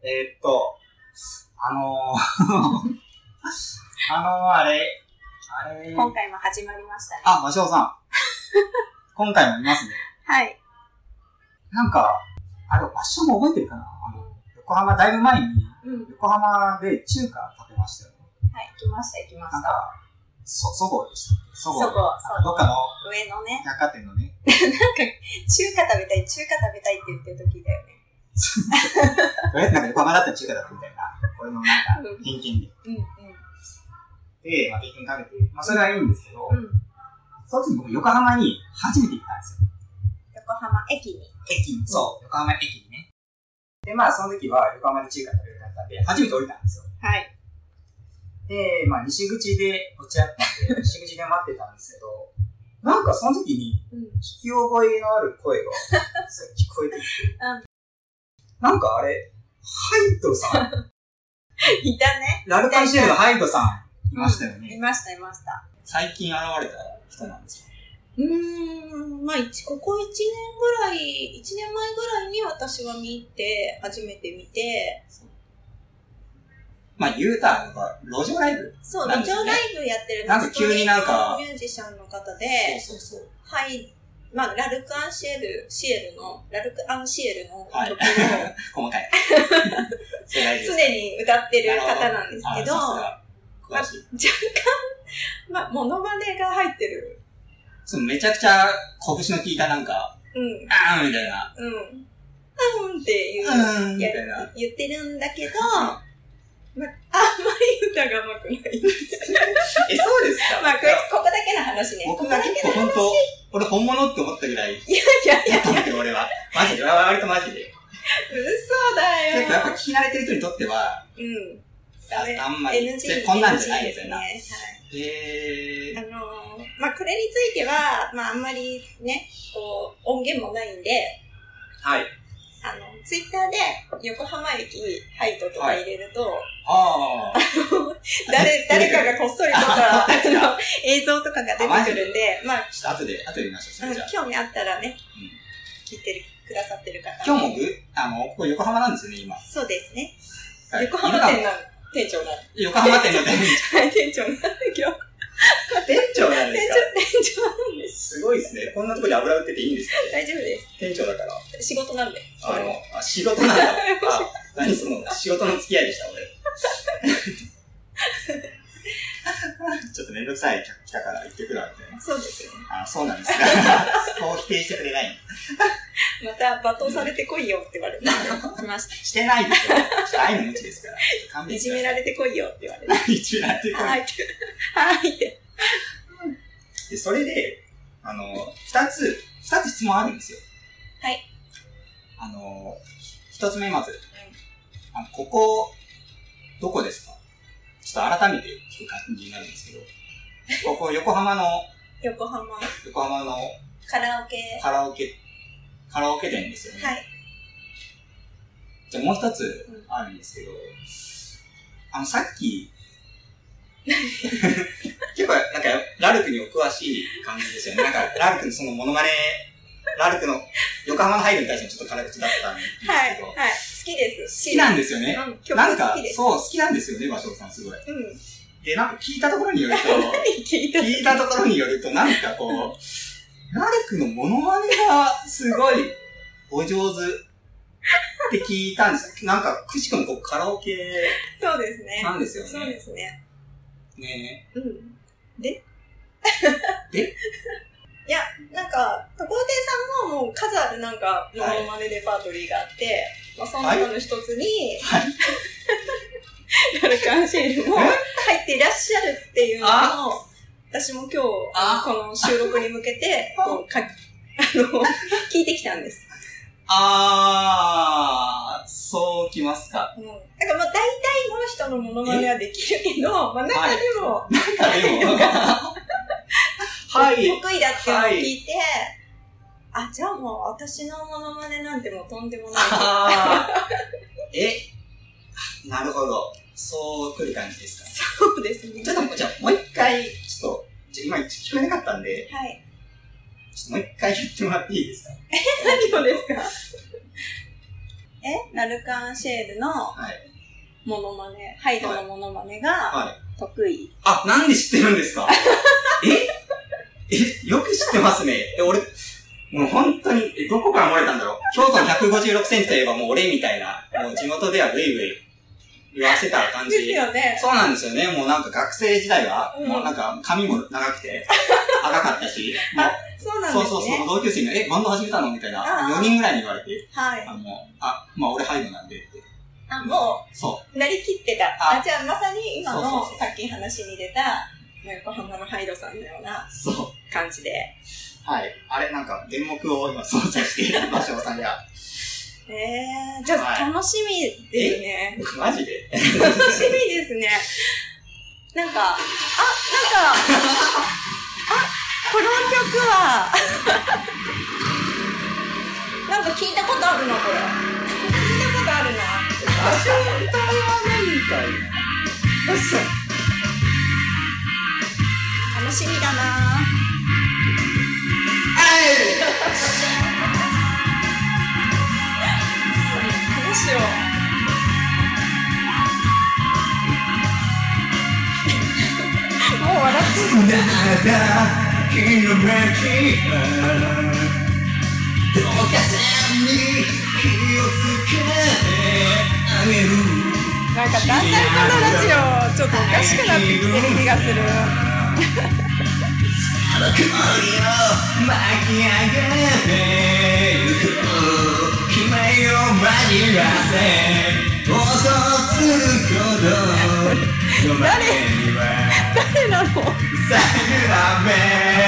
あれ。 今回も始まりましたね。 あ、マシオさん。今回もいますね。 はい。 なんか、場所も覚えてるかな？横浜、だいぶ前に、横浜で中華食べましたよね。 はい、行きました。 なんか、そごうでしたっけ？そごう。どっかの上のね。 百貨店のね。 なんか、中華食べたいって言ってる時だよね。 とりあえずなんか横浜だったら中華だったみたいな、俺のなんか偏見で。で、まあ、経験かけて、まあ、それはいいんですけど、その時僕、横浜に初めて行ったんですよ。 横浜駅に。 そう、横浜駅にね。で、まあ、その時は横浜で中華食べるかったんで、初めて降りたんですよ。 はい。 で、まあ、西口で落ち合ったんで、西口で待ってたんですけど、なんかその時に、聞き覚えのある声が、聞こえてきて、なんかあれ、ハイドさん。 いたね。 ラルカンシェルのハイドさん。いましたよね。 いました。 最近現れた人なんですか？ まあ、ここ1年前ぐらいに私は初めて見て、 まあ、言うたら、路上ライブ、 そう、路上ライブやってるなんか急になんか、 ミュージシャンの方で、 そう。 はい、まあ、ラルクアンシエルの曲を、 はい、細かい。 常に歌ってる方なんですけど、若干、まあ、モノマネが入ってる。 そう、めちゃくちゃ拳の効いたなんか、あーんみたいな。 って言ってるんだけど、あんまり歌が上手くない。 そうですか？ まあ、ここだけの話ね。 僕が結構本当、俺本物って思ったぐらい。 いや。 だったんだけど、俺は。マジで、割とマジで。 嘘だよ。 結構やっぱ聞き慣れてる人にとっては、あんまり、こんなんじゃないみたいな。 まあ、これについては、まあ、あんまりね、音源もないんで、 はい。 ツイッターで横浜駅ハイトとか入れると、誰かがこっそりとか、映像とかが出てくるんで、まあ、 ちょっと後で見ましょう。 興味あったらね、聞いてくださってる方。 今日もここ横浜なんですよね、今。 そうですね。横浜店の店長なんで。 横浜店の店長なんだけど。 店長なんですか？ 店長なんです。 すごいですね。こんなところで油売ってていいんですか？ 大丈夫です。 店長だから。 仕事なんで。 仕事なんだ。何その、仕事の付き合いでした、俺。ちょっとめんどくさい来たから行ってくるわ、みたいな。 そうですよね。 そうなんですか。そう否定してくれない。 また罵倒されてこいよって言われて来ました。 してないですよ。愛の無知ですから。 いじめられてこいよって言われて。 いじめられてこい。 はいって。 で、それで、二つ質問あるんですよ。 はい。 一つ目まず、ここ、どこですか？ちょっと改めて聞く感じになるんですけど、ここ横浜のカラオケ店ですよね。 はい。 じゃあもう一つあるんですけど、さっき、結構なんかラルクにお詳しい感じですよね。なんかラルクのそのモノマネ、ラルクの横浜のハイドに対してもちょっと辛口だったんですけど、 はい。好きです。 好きなんですよね。 なんか、 そう、好きなんですよね、芭蕉さんすごい。で、なんか聞いたところによると、なんかこう、ラルクのモノマネがすごいお上手って聞いたんです。なんか、くしくもカラオケそうですね。 なんですよね。 そうですね。 ねえ。でいや、なんか、ところてんさんももう数あるなんか、モノマネレパートリーがあって、まあ、その中の一つに、ラルクアンシェルも入っていらっしゃるっていうのを、私も今日、この収録に向けて、聞いてきたんです。 そうきますか。 だからまあ大体の人のモノマネはできるけど、まあ中でも、はい。得意だっていうのを聞いて、じゃあもう私のモノマネなんてもうとんでもない。 なるほど。そう来る感じですか？ そうですね。 ちょっと、じゃあもう一回、今聞こえなかったんで、 はい。 ちょっともう一回言ってもらっていいですか？ 何をですか？ ナルカンシェールのモノマネ、ハイドのモノマネが得意。 あ、なんで知ってるんですか？よく知ってますね。俺、もう本当に、どこから漏れたんだろう。京都の156センチといえばもう俺みたいな、もう地元ではブイブイ言わせた感じ。 ですよね。 そうなんですよね。もうなんか学生時代は、もうなんか髪も長くて、赤かったし。 そうなんですね。 そう、同級生に、バンド始めたのみたいな、4人ぐらいに言われて、 はい。 まあ俺ハイドなんでって。 もう、そう。なりきってた。じゃあまさに今のさっき話に出た、横浜のハイドさんのような感じで。 はい。あれ、なんか、電目を今操作している場所さんが。 じゃあ楽しみですね。 マジで楽しみですね。なんか、この曲は、なんか聞いたことあるな、これ。聞いたことあるな。 場所歌は何かいな。 楽しみだな。どうしよう。もう笑ってる。なんかだんだんこのラジオちょっとおかしくなってきてる気がする。 曇りを巻き上げてゆく君を紛らせ妄想することの前には誰なの？ さくらめ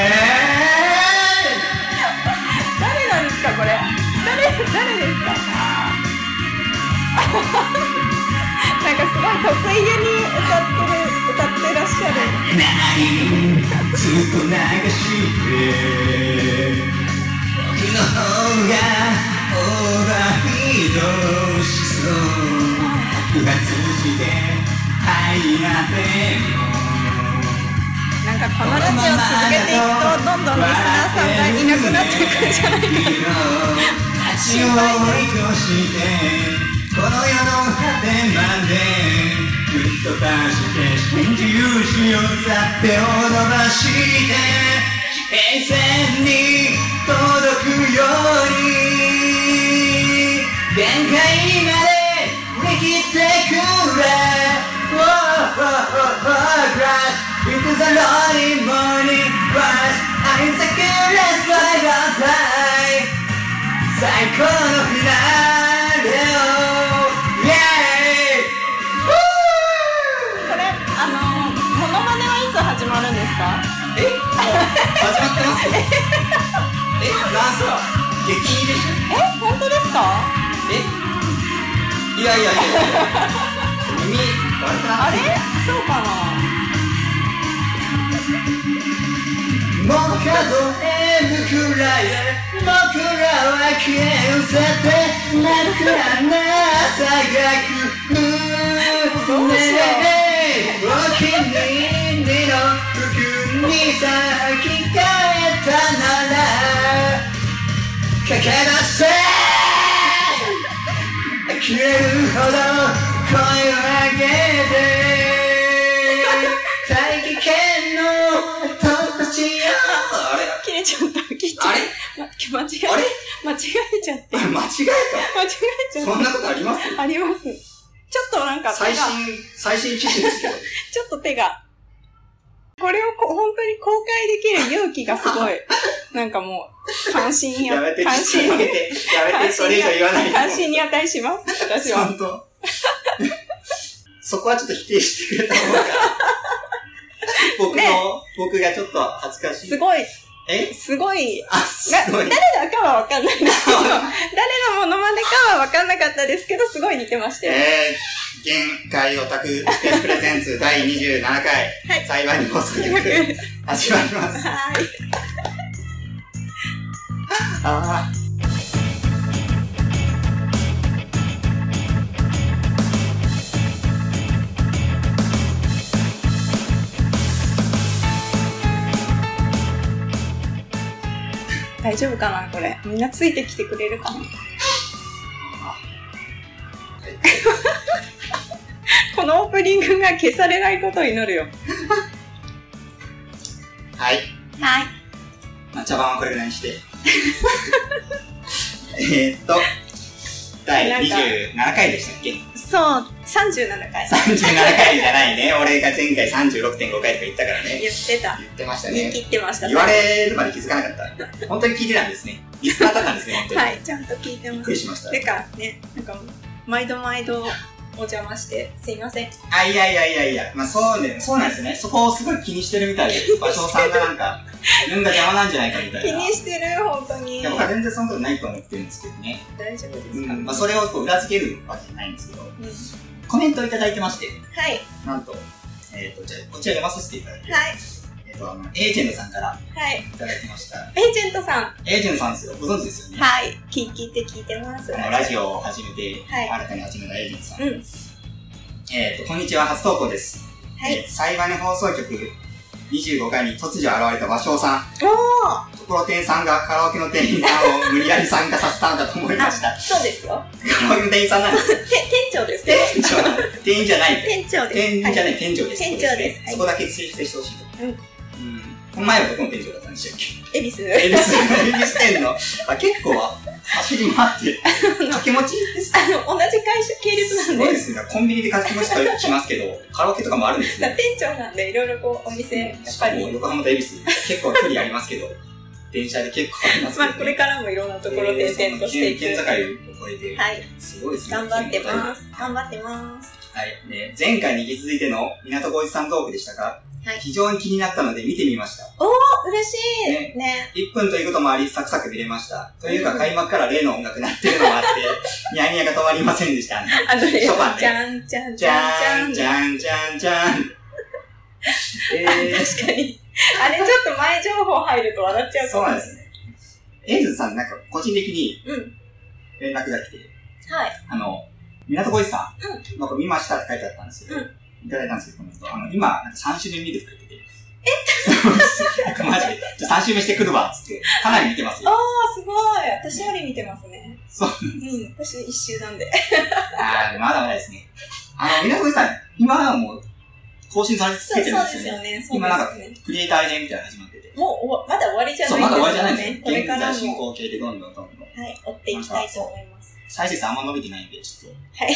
誰なんですかこれ？誰ですか？なんかすごい得意げに歌ってらっしゃる。 ずっと流して僕の方がオーバーヒートしそう9月時で入らてもなんかこのラジオ続けていくとどんどんリスナーさんがいなくなっていくんじゃないかな心配としてこの世の果てまで人たちで真珠しを去ってを伸ばして平線に届くように限界までできてくれ Crash into the lonely morning rush I'm the careless by the side 最高のフィナーレを Yeah! モノマネはいつ始まるんですか？ 始まってますよ。なんすか？激似でしょ？ 本当ですか？ いや耳割れたな。 あれ？そうかな。 もう数えるくらい僕らは消え失せてなるからなさがくどうしよう。 お気に入りの服にさ着替えたなら駆け出せ消えるほど声を上げて大気圏の人たちよあれ切れちゃった。 あれ間違えちゃって。 間違えたそんなことあります？ あります。ちょっとなんか最新機種ですけど。 ちょっと手が。これを本当に公開できる勇気がすごい。なんかもう、関心やめて、それ以上言わないで。 関心に値します、私は。 本当そこはちょっと否定してくれた方が。僕がちょっと恥ずかしい。 すごい。 すごい。 誰だかは分かんないんですけど、誰のモノマネかは分かんなかったですけど、すごい似てましたよ。 限界オタクスペースプレゼンツ第27回、はい、裁判に放送局始まります。 はい。大丈夫かなこれ。みんなついてきてくれるかなこのオープニングが消されないことを祈るよ。 はい。 はい。 まあ、茶番はこれぐらいにして。第27回でしたっけ？ そう、37回。 37回じゃないね。俺が前回 36.5 回とか言ったからね。 言ってた。 言ってましたね。 言い切ってました。 言われるまで気づかなかった。本当に聞いてたんですね。リスナーだったんですね、本当に。 はい、ちゃんと聞いてます。 びっくりしました。 てかね、なんか、毎度お邪魔してすいません。 いや、まあそうね、そうなんですね。そこをすごい気にしてるみたいで、芭蕉さんがなんか、自分が邪魔なんじゃないかみたいな。 気にしてる、本当に。 でも全然そのことないと思ってるんですけどね。 大丈夫ですか？ まあそれをこう裏付けるわけじゃないんですけど、コメントをいただいてまして、 はい。 なんと、じゃあこちら読まさせていただいて、 はい。 エージェントさんからはい。 いただきました。 エージェントさん。 エージェントさんですよ。ご存知ですよね。 はい。聞いてます。 ラジオを始めて、新たに始めたエージェントさん。こんにちは、初投稿です。 はい。 サイバネ放送局25回に突如現れた芭蕉さん。ところてんさんがカラオケの店員さんを無理やり参加させたんだと思いました。 そうですよ。 カラオケの店員さんなんです。 店長ですね。 店員じゃない。 店長です。 店員じゃない、店長です。 店長です。 そこだけ失礼してほしいと。この前はどこの店長だったんでしたっけ？ 恵比寿店の。結構走り回って、掛け持ちですか？ 同じ会社系列なんで。 すごいですね。コンビニで掛け持ちとかしますけど、カラオケとかもあるんですね。 店長なんで、いろいろこう、お店、やっぱり。 横浜と恵比寿、結構距離ありますけど、電車で結構ありますけど、ね。 まあ、これからもいろんなところで転々としていく。 県境を越えて、 はい。 すごいですね。 頑張ってます。頑張ってます。 はい。ね、前回に引き続いての港小路さんトークでしたが、 はい、 非常に気になったので見てみました。 おー、嬉しいね。 1分ということもあり、サクサク見れました。というか、開幕から例の音楽鳴ってるのもあって、ニヤニヤが止まりませんでした。 ショパンね。じゃんじゃんじゃんじゃんじゃんじゃん。確かに。あれちょっと前情報入ると笑っちゃう。 そうなんですね。エイズさん、なんか個人的に連絡が来て、 はい。 港小路さん、なんか見ましたって書いてあったんですけど、いただいたんですけど、今、なんか3週目見るって書いてて。なんかマジで、じゃあ3週目してくるわ、つって、かなり見てますよ。 あー、すごい。私より見てますね。 そう。 私1週なんで。 まだまだですね。港小路さん、今はもう、更新され続けてるんですよね。 そうですよね。 今なんか、クリエイター編みたいなの始まってて。 もう、まだ終わりじゃないですね。そう、まだ終わりじゃないですよ。 これからも。 現在進行形でどんどん。 はい、追っていきたいと思います。 再生数あんま伸びてないんで、ちょっと。 はい。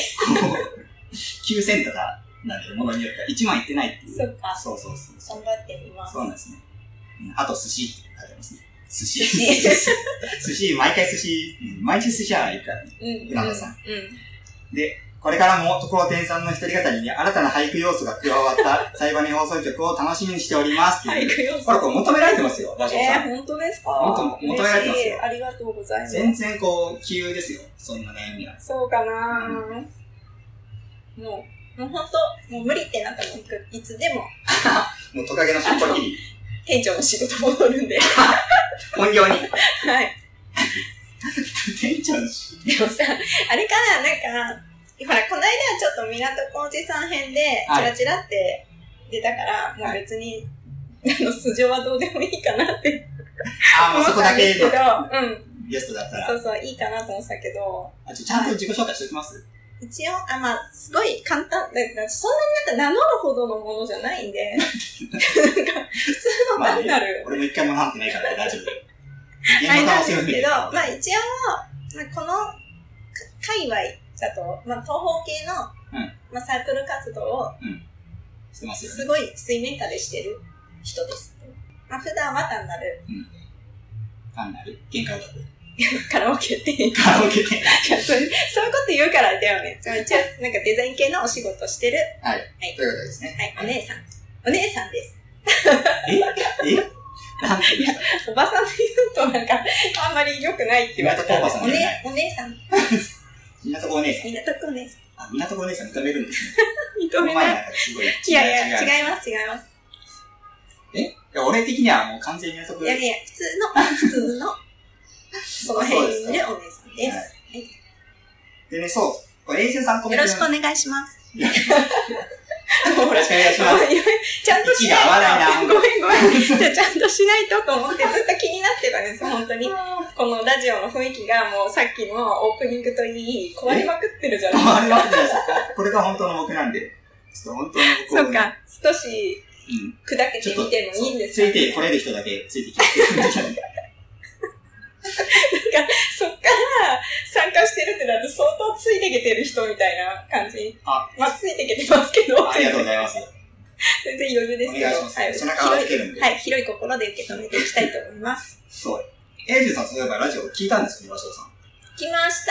9000とか、なんで、ものによっては1万いってないっていう。 そっか。 そう。 頑張ってみます。 そうなんですね。あと、寿司って書いてますね。寿司、毎回寿司、毎日寿司は行くからね。うなださん。で、これからも、ところてんさんの一人語りに新たな俳句要素が加わったサイバネ放送局を楽しみにしておりますっていう。 俳句要素これ求められてますよ、ラジオさん。 本当ですか？ 求められてますよ。 ありがとうございます。 全然急ですよ、そんな悩みは。 そうかなもう本当、もう無理ってなったらいつでも。 もうトカゲの尻尾切り。 店長の仕事戻るんで。 本業に。 はい。 店長の仕事。 でもさ、あれかな、なんか、ほら、この間はちょっと港小路さん編で、チラチラって出たから、もう別に、素性はどうでもいいかなって。 もうそこだけで。 ゲストだったら。 そう、いいかなと思ってたけど。 ちゃんと自己紹介しておきます？ 一応、まあ、すごい簡単、そんなになんか名乗るほどのものじゃないんで、なんか、普通の単なる。 俺も一回もなってないから大丈夫。 あれなんですけど、まあ一応、この界隈だと、まあ東方系の、まあサークル活動を、 してますよね。 すごい水面下でしてる人です。まあ普段は単なる。 単なる喧嘩を歌う。 カラオケ店。 カラオケ店。 そういうこと言うからだよね。一応、なんかデザイン系のお仕事してる。 はい。ということですね。 はい、お姉さんです。 なんて言うおばさんで言うとなんか、あんまり良くないって言われた。 港区おばさんじゃない。 お姉さん。 港区お姉さん。 港区お姉さん。 港区お姉さん認めるんですね。 認めない。いや、違います。 俺的にはもう完全に港区。 いや、普通の、その辺にいるお姉さんです。 でね、そう。これ、エージェンさんコメント。 よろしくお願いします。 ほら、 よろしくお願いします。 ちゃんとしないと。 息が合わないな。 ごめん。じゃあちゃんとしないとと思ってずっと気になってたんです、本当に。このラジオの雰囲気がもうさっきのオープニングといい、壊れまくってるじゃないですか。 壊れまくってないです。これが本当の僕なんで。ちょっと本当の僕そうか、少し砕けてみてもいいんですか、 ついてこれる人だけついてきて。 なんか、そっから参加してるってなると相当ついてけてる人みたいな感じ。まあ、ついてけてますけど。 ありがとうございます。 全然余裕ですけど。お願いします。 はい、背中をつけるんで。 はい、広い心で受け止めていきたいと思います。 そう。エイジュさん、そういえばラジオ聞いたんですよ、岩城さん。 聞きました。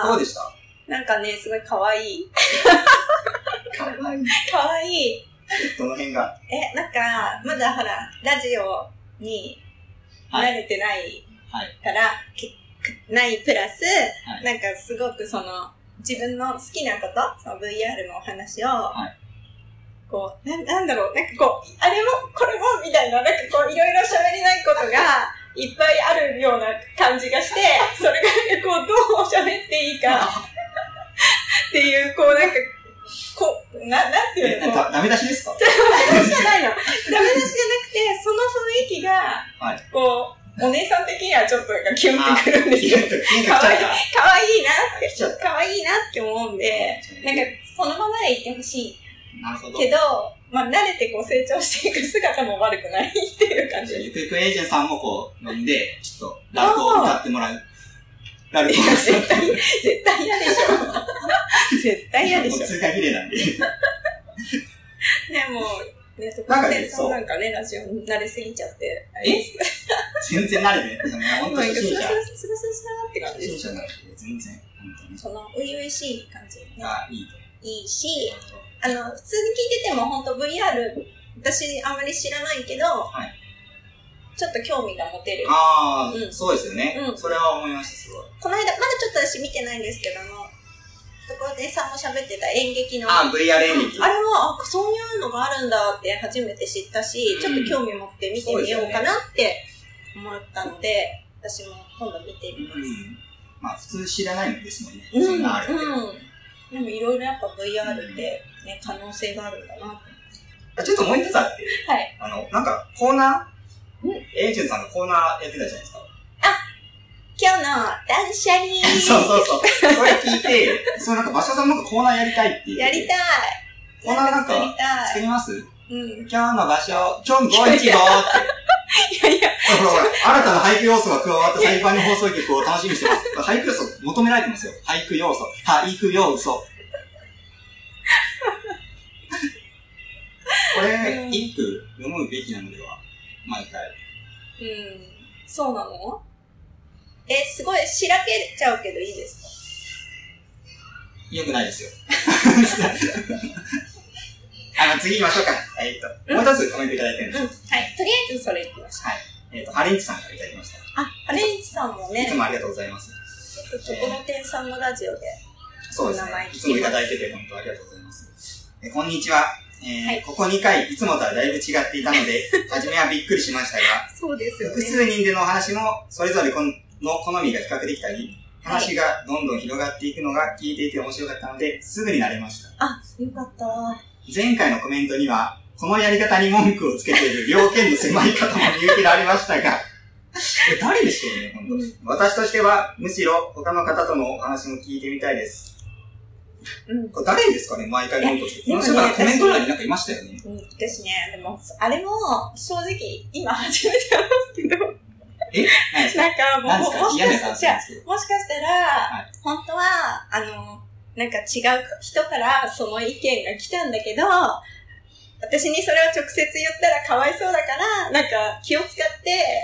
どうでした？ なんかね、すごい可愛い。 可愛い。 可愛い。 どの辺が？ なんか、まだほら、ラジオに慣れてないから、ないプラス、なんかすごくその、自分の好きなこと、その VR のお話を、こう、なんだろう、なんかこう、あれも、これも、みたいな、なんかこう、いろいろ喋れないことが、いっぱいあるような感じがして、それがこう、どう喋っていいか、っていう、こう、なんか、なんていうの？ ダメ出しですか？ ダメ出しじゃないの。ダメ出しじゃなくて、その雰囲気が、こう、お姉さん的にはちょっとキュンってくるんですよ。かわいいなって思うんで、なんか、そのままでいってほしい。 なるほど。 けど、まあ、慣れてこう成長していく姿も悪くないっていう感じです。 ゆくゆくエージェンさんもこう、飲んで、ちょっと、ラルクを歌ってもらう。ラルクを絶対嫌でしょ。絶対嫌でしょ。 もう通過儀礼なんで。 でも、ね、特にそうなんかね、ラジオに慣れすぎちゃって。 全然慣れてない。本当に初心者。 スラって感じです。 初心者なんで、全然。本当に。 その、初々しい感じね。いいし、普通に聞いてても本当 VR、私あんまり知らないけど、ちょっと興味が持てる。 そうですよね。それは思いました、すごい。 この間、まだちょっと私見てないんですけどところでさんも喋ってた演劇の。 VR 演劇。 あれも、そういうのがあるんだって初めて知ったし、ちょっと興味持って見てみようかなって思ったので、私も今度見てみます。 まあ普通知らないんですもんね。そんなあるんで。 でもいろいろやっぱ VR ってね、可能性があるんだな。 ちょっともう一つあって、なんかコーナー、エージェンさんのコーナーやってたじゃないですか。 今日の断捨離そう。それ聞いて、なんか場所さんなんかコーナーやりたいって言って。 やりたい。 コーナーなんか作ります？今日の場所、今日の515って。 いや。 ほら、新たな俳句要素が加わったサイバーの放送局を楽しみにしてます。俳句要素求められてますよ。俳句要素。これ、一句読むべきなのでは？毎回。 そうなの？すごいしらけちゃうけどいいですか？ よくないですよ。次行きましょうか。もう一つコメントいただいてるんです。 はい。とりあえずそれいきました。 ハレンチさんからいただきました。 ハレンチさんもね。 いつもありがとうございます。 ところてんさんのラジオで。 そうですね。いつもいただいてて本当ありがとうございます。こんにちは。ここ2回いつもとはだいぶ違っていたので、初めはびっくりしましたが、 そうですよね。 複数人でのお話もそれぞれの好みが比較できたり、話がどんどん広がっていくのが聞いていて面白かったので、すぐに慣れました。 よかった。 前回のコメントには、このやり方に文句をつけている両見の狭い方も見受けられましたが、誰でしょうね、本当。私としては、むしろ他の方とのお話も聞いてみたいです。これ誰ですかね、毎回文句をつけて。それからコメント欄になんかいましたよね。 私ね、でも、あれも、正直、今初めてなんですけど、なんかもう、もしかしたら、本当は、なんか違う人からその意見が来たんだけど、私にそれを直接言ったらかわいそうだから、なんか気を使って、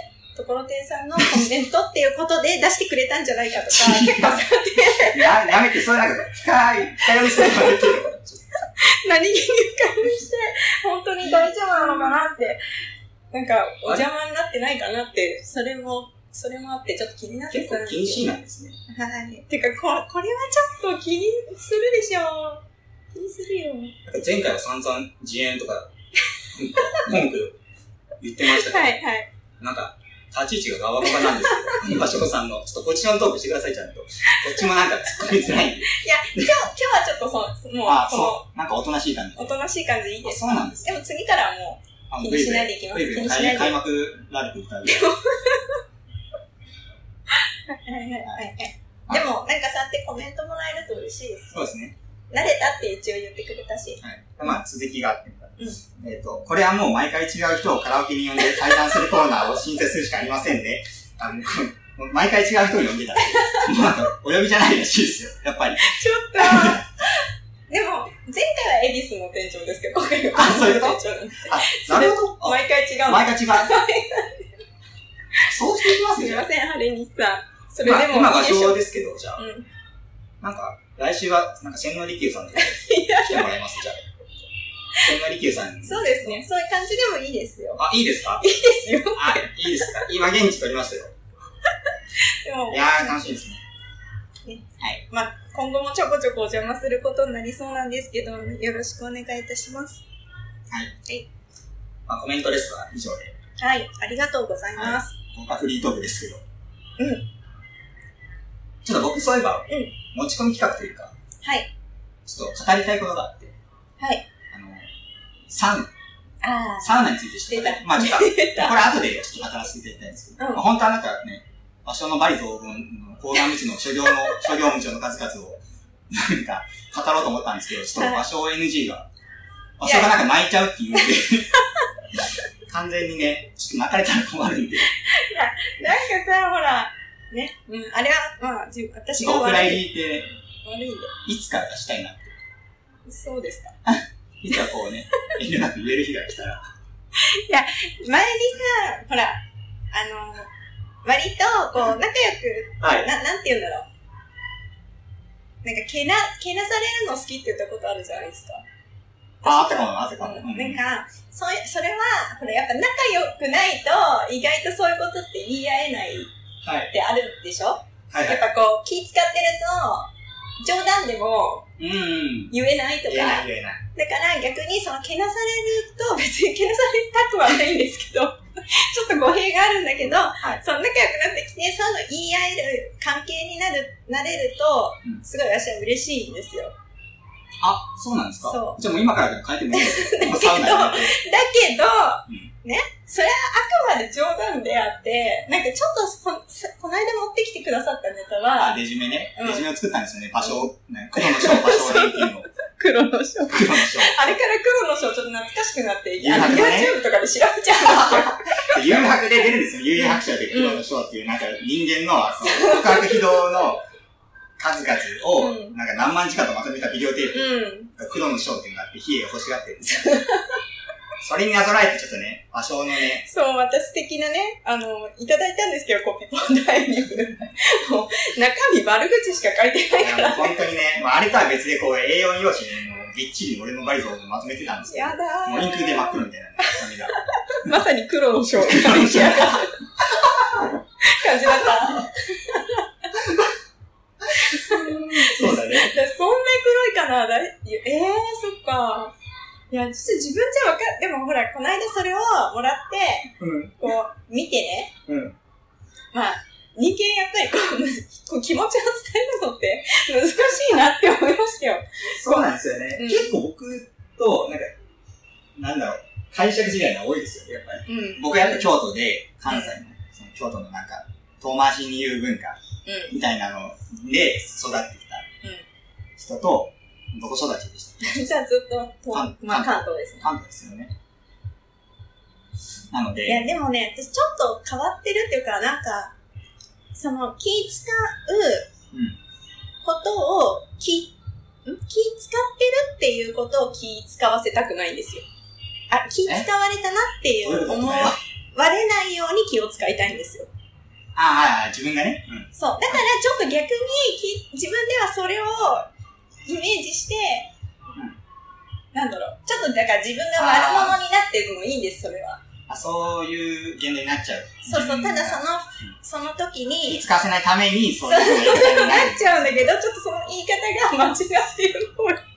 ところてんさんのコメントっていうことで出してくれたんじゃないかとか、結構さってやめて、それなんか深読みするのができる。 何気に深読みして、本当に大丈夫なのかなって、なんかお邪魔になってないかなって、それもあってちょっと気になってたんです。結構禁止なんですね。 はい。てか、これはちょっと気にするでしょ。気にするよ。 前回は散々自演とか、文句言ってましたけど、なんか、 立ち位置がガバガバなんですけど、場所さんの、ちょっとポジショントークしてください、ちゃんと。こっちもなんか突っ込みづらいんで。 いや、今日はちょっともう、 そう。なんかおとなしい感じ。 おとなしい感じでいいですか？ そうなんです。 でも次からはもう、気にしないでいきます。気にしないで。 開幕ラルク歌う。 でも、なんかさってコメントもらえると嬉しいです。 そうですね。 慣れたって一応言ってくれたし。 はい。まあ、続きがあって。これはもう毎回違う人をカラオケに呼んで対談するコーナーを申請するしかありませんね。毎回違う人を呼んでたら、お呼びじゃないらしいですよ、やっぱり。 ちょっと。でも、前回は恵比寿の店長ですけど、今回はそういうこと？なるほど。 毎回違う。 毎回違う。そうしていきますよ。 すいません、ハレニさん。それでも今場所ですけど、じゃあ。なんか、来週は、なんか、千利休さんで来てもらいます、じゃあ。千利休さん。 そうですね。そういう感じでもいいですよ。 いいですか？ いいですよ。 いいですか？今、現地取りましたよ。いやー、楽しいですね。 はい。まあ、今後もちょこちょこお邪魔することになりそうなんですけど、よろしくお願いいたします。 はい。まあ、コメントレスは以上で。 はい。ありがとうございます。 今回フリートークですけど。ちょっと僕そういえば、持ち込み企画というか、 はい。 ちょっと語りたいことがあって、 はい。 サウナについてしてた。まあちょっと、これ後でちょっと語らせていただきたいんですけど、本当はなんかね、場所のバリ雑言の高断道の諸行無常の数々を、なんか、語ろうと思ったんですけど、ちょっと場所 NG が、場所がなんか泣いちゃうっていうんで、完全にね、ちょっと泣かれたら困るんで。いや、なんかさ、ほら、ね、あれは、まあ、私がお蔵入りで、 悪いんで。 いつから出したいなって。 そうですか。 いつかこうね、遠慮なく言える日が来たら。 いや、前にさ、ほら、割と、こう、仲良く、なんて言うんだろう。なんか、けなされるの好きって言ったことあるじゃないですか。 あったかも。なんか、それは、ほら、やっぱ仲良くないと、意外とそういうことって言い合えないってあるでしょ？やっぱこう、気使ってると、冗談でも、言えないとか。 言えない。 だから逆にそのけなされると、別にけなされたくはないんですけど、ちょっと語弊があるんだけど、その仲良くなってきて、そういうの言い合える関係になれると、すごい私は嬉しいんですよ。 そうなんですか？ そう。 じゃあもう今からでも変えてもいいですよ。 だけど、ね、それはあくまで冗談であって、なんかちょっとこの間持ってきてくださったネタは、 レジュメね。レジュメを作ったんですよね。場所、黒の章、場所編っていうのを。 黒の章。あれから黒の章ちょっと懐かしくなって、YouTube とかで調べちゃうんですよ。 誘白で出るんですよ。幽遊白書で黒の章っていう、なんか人間の告白非道の数々を、なんか何万字かとまとめたビデオテープが黒の章っていうのがあって、ヒエが欲しがってるんですよ。それになぞらえてちょっとね、場所のね。 そう、また素敵なね、いただいたんですけど、コピーポンダイニング。もう、中身悪口しか書いてないから。 本当にね、あれとは別でこう、A4 用紙にもう、びっちり俺のバリゾーをまとめてたんですけど。 やだー。 もうインクで真っ黒みたいなね、紙が。 まさに黒の章が出来上がる感じだった。 そうだね。 そんな黒いかなそっか。いや、ちょっと自分じゃでもほら、この間それをもらって、こう、見てね。まあ、人間やっぱりこう気持ちを伝えるのって難しいなって思いましたよ。 そうなんですよね。結構僕と、なんだろう、解釈違いが多いですよ、やっぱり。僕はやっぱ京都で、関西の、その京都のなんか、遠回しに言う文化、みたいなので育ってきた人と、どこ育ちでしたじゃあずっと、関東ですね。 関東ですよね。なので。 いや、でもね、私ちょっと変わってるっていうか、なんか、その気使うことを、気使ってるっていうことを気使わせたくないんですよ。気使われたなっていう思われないように気を使いたいんですよ。 自分がね。 そう。だからちょっと逆に自分ではそれをイメージして、なんだろう。ちょっとだから自分が悪者になってるのもいいんです、それは。 そういう言動になっちゃう。 そう、ただその時に。 気使わせないために、そういう言動になっちゃうんだけど、ちょっとその言い方が間違ってる方に。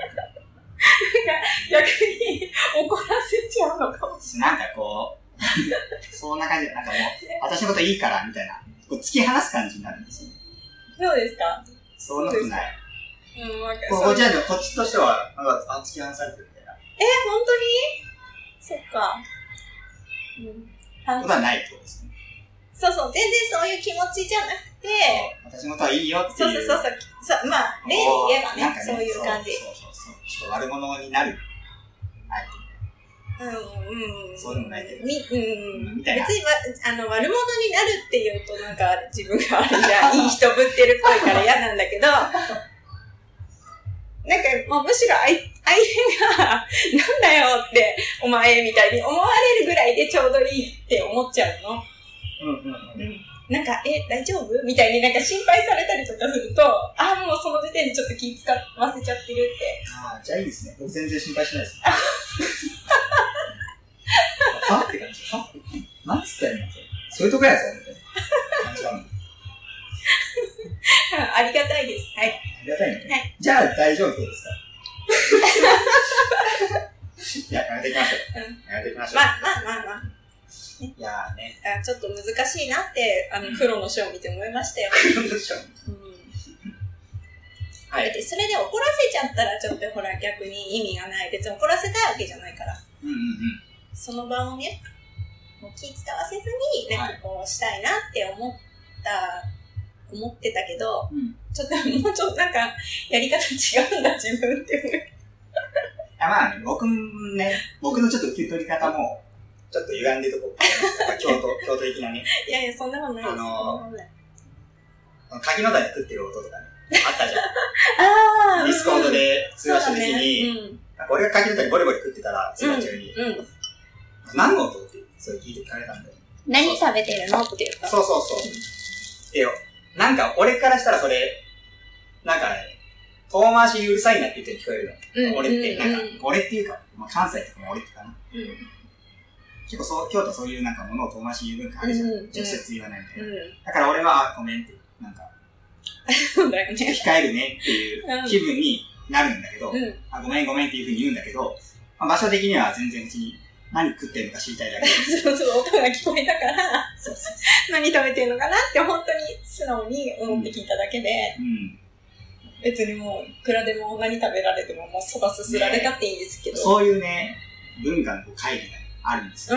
逆に怒らせちゃうのかもしれない。 なんかこう、そんな感じで、なんかもう、私こといいから、みたいな。こう突き放す感じになるんですよね。 そうですか？ そんなことない。 わかる。 こっちとしては、突き放されてるみたいな。 本当に？そっか。 ことはないってことですね。 そう、全然そういう気持ちじゃなくて、 私のことはいいよっていう。 そう、まあ、例で言えばね、そういう感じ。 そう。ちょっと悪者になる。そうでもないけど。みたいな。 別に悪者になるって言うとなんか自分があれじゃいい人ぶってるっぽいから嫌なんだけど、なんかもうむしろ相手がなんだよってお前みたいに思われるぐらいでちょうどいいって思っちゃうの。なんか大丈夫みたいになんか心配されたりとかすると、もうその時点でちょっと気使わせちゃってるって。 じゃあいいですね。僕全然心配しないです。はって感じ。なんつったらいいの？そういうとこやぞみたいな感じなの。 ありがたいです。はい。 ありがたいね。 はい。 じゃあ大丈夫ですか？やめていきましょう。やめていきましょう。まあ。 いやーね。 ちょっと難しいなって、黒の書を見て思いましたよ。 黒の書。 はい。それで怒らせちゃったらちょっとほら逆に意味がない。別に怒らせたいわけじゃないから。その場をね、もう気使わせずに、なんかこうしたいなって思ってたけど、ちょっともうちょっとなんかやり方違うんだ自分って思う。 まあね、僕のちょっと受け取り方も、ちょっと歪んでるとこ、京都的なね。 いや、そんなことないです。 柿の種食ってる音とかね、あったじゃん。ディスコードで通話した時に、俺が柿の種ボリボリ食ってたら、通話中に、何の音ってそれ聞いて聞かれたんだよ。 何食べてるのっていうか。 そう。なんか俺からしたらそれ、なんかね、遠回しにうるさいなって言って聞こえるの。俺って、なんか、俺っていうか、関西とかも俺ってかな。結構京都そういうなんかものを遠回しに言う文化あるじゃん。直接言わないみたいな。だから俺は、ごめんって、なんか、 そうだよね。 控えるねっていう気分になるんだけど、ごめんっていう風に言うんだけど、場所的には全然うちに何食ってるのか知りたいだけで。 そう、音が聞こえたから、何食べてるのかなって本当に素直に思って聞いただけで、別にもう、いくらでも何食べられてももうそばすすられたっていいんですけど。 そういうね、文化の会議があるんですよ。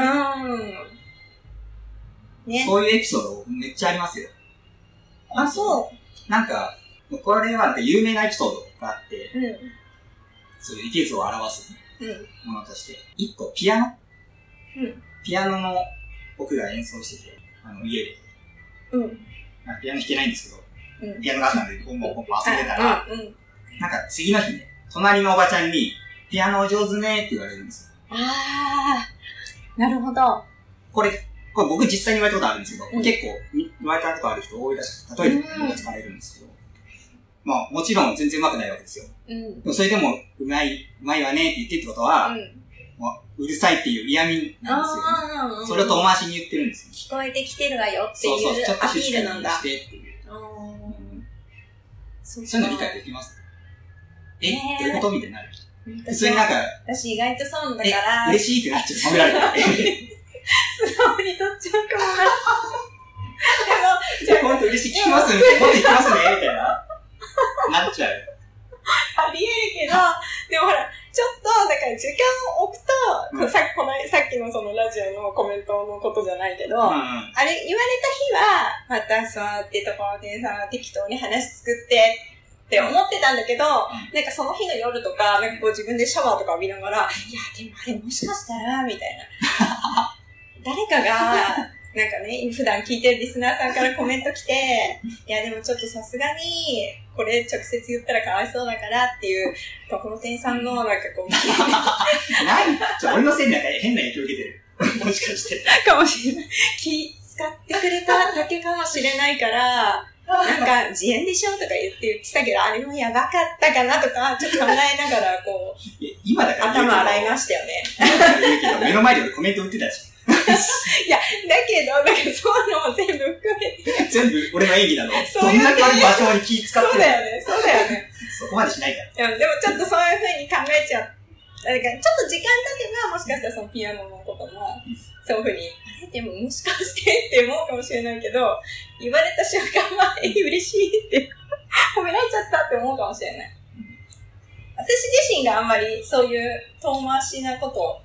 そういうエピソードめっちゃありますよ。 そう。 なんか、これはなんか有名なエピソードがあって、そういう一途を表すものとして、一個ピアノ、ピアノの僕が演奏してて、家で。ピアノ弾けないんですけど、ピアノがあったんで、ポンポン遊んでたら、なんか次の日ね、隣のおばちゃんに、ピアノ上手ねって言われるんですよ。 なるほど。 これ僕実際に言われたことあるんですけど、結構言われたことある人多いらしくて、例えば使われるんですけど、もちろん全然上手くないわけですよ。でもそれでも、うまいわねって言ってってことは、うるさいっていう嫌味なんですよ、それを遠回しに言ってるんですよ。 聞こえてきてるわよっていうアピールなんだ。 そう、ちょっと静かにしてっていう。そういうの理解できます？どういうことみたいになる。普通になんか、 私意外とそうだから。 嬉しいってなっちゃう。褒められて。 素直に取っちゃうかもな。 でも、ほんと嬉しい。聞きますね。もっと聞きますね。みたいな。なっちゃう。 ありえるけど、でもほら、ちょっと、だから時間を置くと、さっきのそのラジオのコメントのことじゃないけど、あれ言われた日は、またさ、ってところでさ、適当に話作って、って思ってたんだけど、なんかその日の夜とか、なんかこう自分でシャワーとか浴びながら、いや、でもあれもしかしたら、みたいな。誰かが、なんかね、普段聞いてるリスナーさんからコメント来て、いや、でもちょっとさすがに、これ直接言ったらかわいそうだからっていう、ところてんさんのなんかこう、 俺のせいでなんか変な影響受けてる。もしかして。 かもしれない。気使ってくれただけかもしれないから、なんか、自演でしょとか言ってたけど、あれもやばかったかなとか、ちょっと考えながら、こう、 今だから頭洗いましたよね。 今だから言うけど、目の前で俺コメント打ってたし。 いや、だけど、そういうのも全部含めて。 全部俺の演技なの。どんだけ場所に気使ってる。 そうだよね。 そこまでしないから。でもちょっとそういう風に考えちゃっだからちょっと時間経てば、もしかしたらそのピアノのことも、そういうふうに、あれでももしかしてって思うかもしれないけど、言われた瞬間は、嬉しいって褒められちゃったって思うかもしれない。私自身があんまりそういう遠回しなことを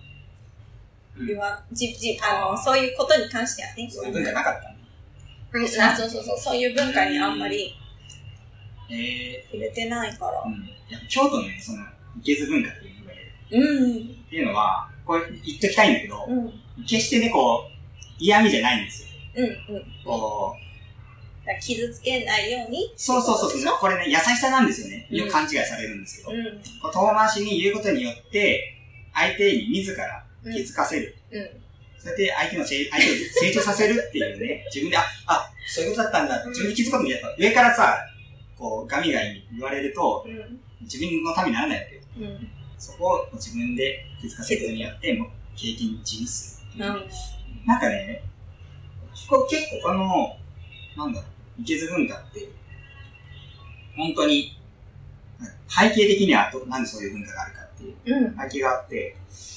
そういうことに関してはね。 そういう文化なかったね。そういう文化にあんまり触れてないから。 京都のその、いけず文化っていうのがっていうのは、これ言っときたいんだけど、決してね、こう、嫌味じゃないんですよ。こう、傷つけないように。 そう。これね、優しさなんですよね。よく勘違いされるんですけど。遠回しに言うことによって、相手に自ら気づかせる。そうやって相手を成長させるっていうね、自分で、そういうことだったんだ。自分で気づくこともやっぱ、上からさ、こう、ガミガミ言われると、自分のためにならないわけよ。そこを自分で気づかせることによって、もう経験値にする。なんかね、結構この、いけず文化って、本当に、背景的にはなんでそういう文化があるかっていう背景があって、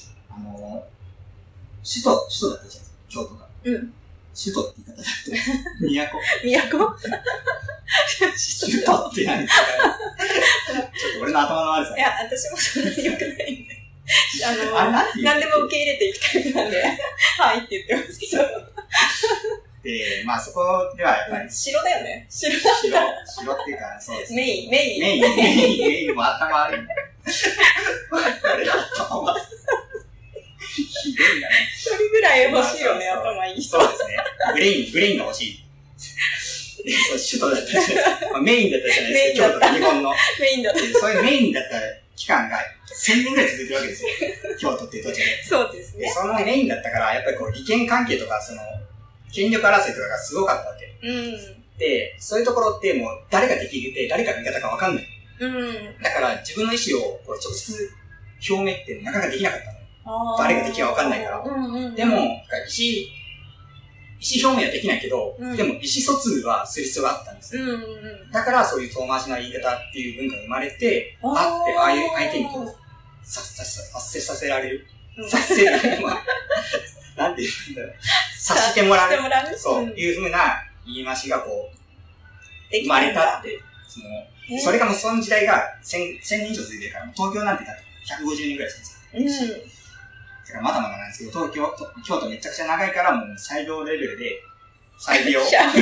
首都だったじゃん、京都が。首都って言い方だと、 都首都って何ですかちょっと俺の頭の悪さ。 いや、私もそんなに良くないんで。何でも受け入れていきたいなんで、はいって言ってますけど。 で、そこではやっぱり。 城だよね。城っていうか、そうです。 メインも頭悪いんだ。頭悪い。ひどいなね。 一人ぐらい欲しいよね、頭いい人。 そうですね。ブレインが欲しい。首都だったじゃないですか。メインだったじゃないですか。京都が日本の。 メインだった。 そういうメインだった期間が1000年ぐらい続いてるわけですよ。京都っていう土地で。 そうですね。 そのメインだったから、やっぱりこう、利権関係とか、権力争いとかがすごかったわけ。で、そういうところってもう、誰が敵で誰が味方か分かんない。だから、自分の意思を直接表明ってなかなかできなかったのよ。誰が敵か分かんないから。でも、意思表明はできないけど、でも意思疎通はする必要があったんですよ。だから、そういう遠回しな言い方っていう文化が生まれて、ああいう相手にこう、発生させられる。なんて言うんだろう。させてもらう。そういう風な言い回しがこう、生まれたって。それがもうその時代が1000年以上続いてるから、東京なんて150年くらいですよ。だからまだまだなんですけど、京都めちゃくちゃ長いからもう細胞レベルで、細胞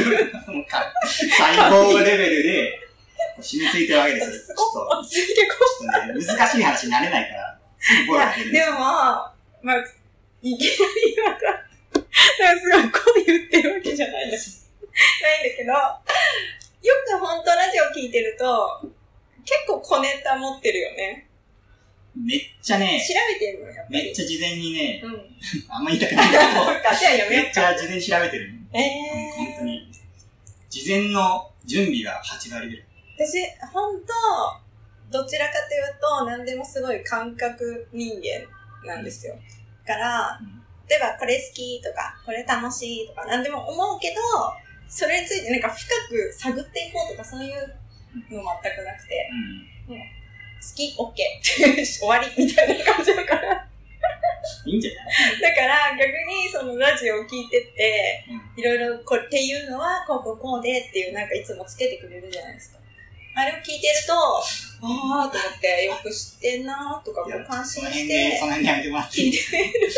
レベルで染みついてるわけですよ。ちょっとね、難しい話になれないから、すぐボロが出るんですよ。 でも、いきなりまた、すごい声言ってるわけじゃないんだけど、よく本当ラジオ聞いてると、結構小ネタ持ってるよね。 めっちゃね、 調べてるのよ。 めっちゃ事前にね、あんま言いたくないけど、めっちゃ事前に調べてる。本当に。事前の準備が8割ぐらい。 私、本当どちらかというと、何でもすごい感覚人間なんですよ。から、例えばこれ好きとか、これ楽しいとか何でも思うけど、それについてなんか深く探っていこうとかそういうの全くなくて、もう好き、OK 終わりみたいな感じだから。 いいんじゃないだから逆にそのラジオを聞いてって、いろいろこれっていうのはこうでっていうなんかいつもつけてくれるじゃないですか。あれを聞いてると、と思ってよく知ってんなーとか感心して。 その辺にやめてもらっていいですか？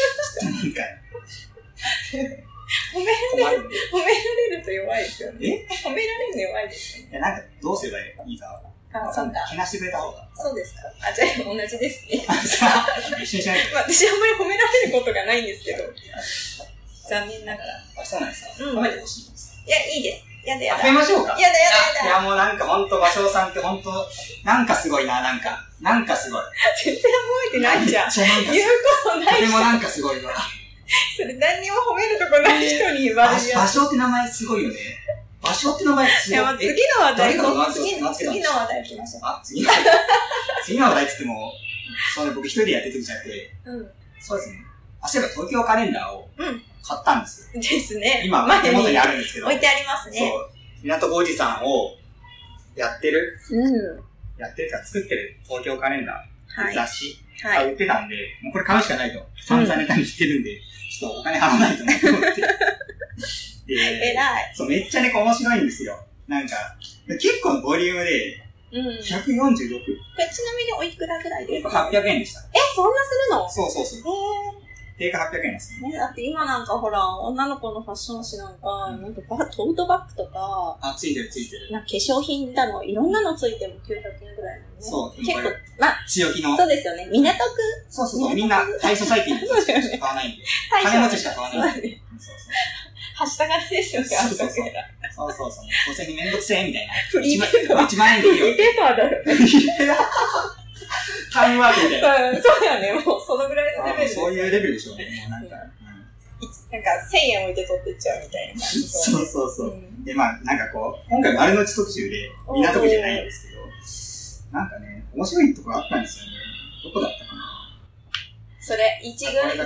褒められると弱いですよね。褒められるの弱いですよね。 なんかどうすればいいか。けなしてくれた方が。 そうですか。じゃあ同じですね。 一緒にしないと。 私あんまり褒められることがないんですけど。残念ながら。 そうなんですか。褒めてほしいです。 いや、いいです。やだ。 褒めましょうか。 やだ。 いや、もうなんかほんと、芭蕉さんってほんと、なんかすごいな、なんかすごい。 全然覚えてないじゃん。言うことないじゃん。 とてもなんかすごいわ。 それ何にも褒めるとこない人に言われるやつ。 芭蕉って名前すごいよね。芭蕉って名前すごい。 いや、次の話題次の話題行きましょう。 次の話題って言っても、僕一人でやってる時じゃなくて、そうですね。そういえば東京カレンダーを買ったんですよ。 ですね。 今、手元にあるんですけど。 置いてありますね。 そう。港区おじさんをやってる。やってるか作ってる東京カレンダー。雑誌。 言ってたんで、もうこれ買うしかないと。散々ネタにしてるんで、ちょっとお金払わないとなと思って。で、 偉い。 そう、めっちゃね、面白いんですよ。なんか、結構ボリュームで、146。これちなみにおいくらぐらいですか ？800円でした。 そんなするの？ そうそうそう。定価800円ですね。だって今なんかほら、女の子のファッション誌なんか、なんかトートバッグとか、 ついてるついてる。 なんか化粧品だの、いろんなのついても900円ぐらいなのね。 そう。 結構、 強気の。 そうですよね。港区。 そうそうそう。みんな、ハイソサイティーしか買わないんで。金持ちしか買わないんで。そうそう。 はした金ですよね、 そうそうそう。そうそうそう。どうせにめんどくせえみたいな。 フリーペーパー。 1万円でいいよ。 フリーペーパーだよね。 タイムワークみたいな。 そうやね。もうそのぐらいのレベル。 そういうレベルでしょうね。もうなんか。 なんか1000円置いて取ってっちゃうみたいな感じ。 そうそうそう。で、なんかこう、今回丸の内特集で、港区じゃないんですけど、なんかね、面白いところあったんですよね。どこだったかな？ それ、一軍イ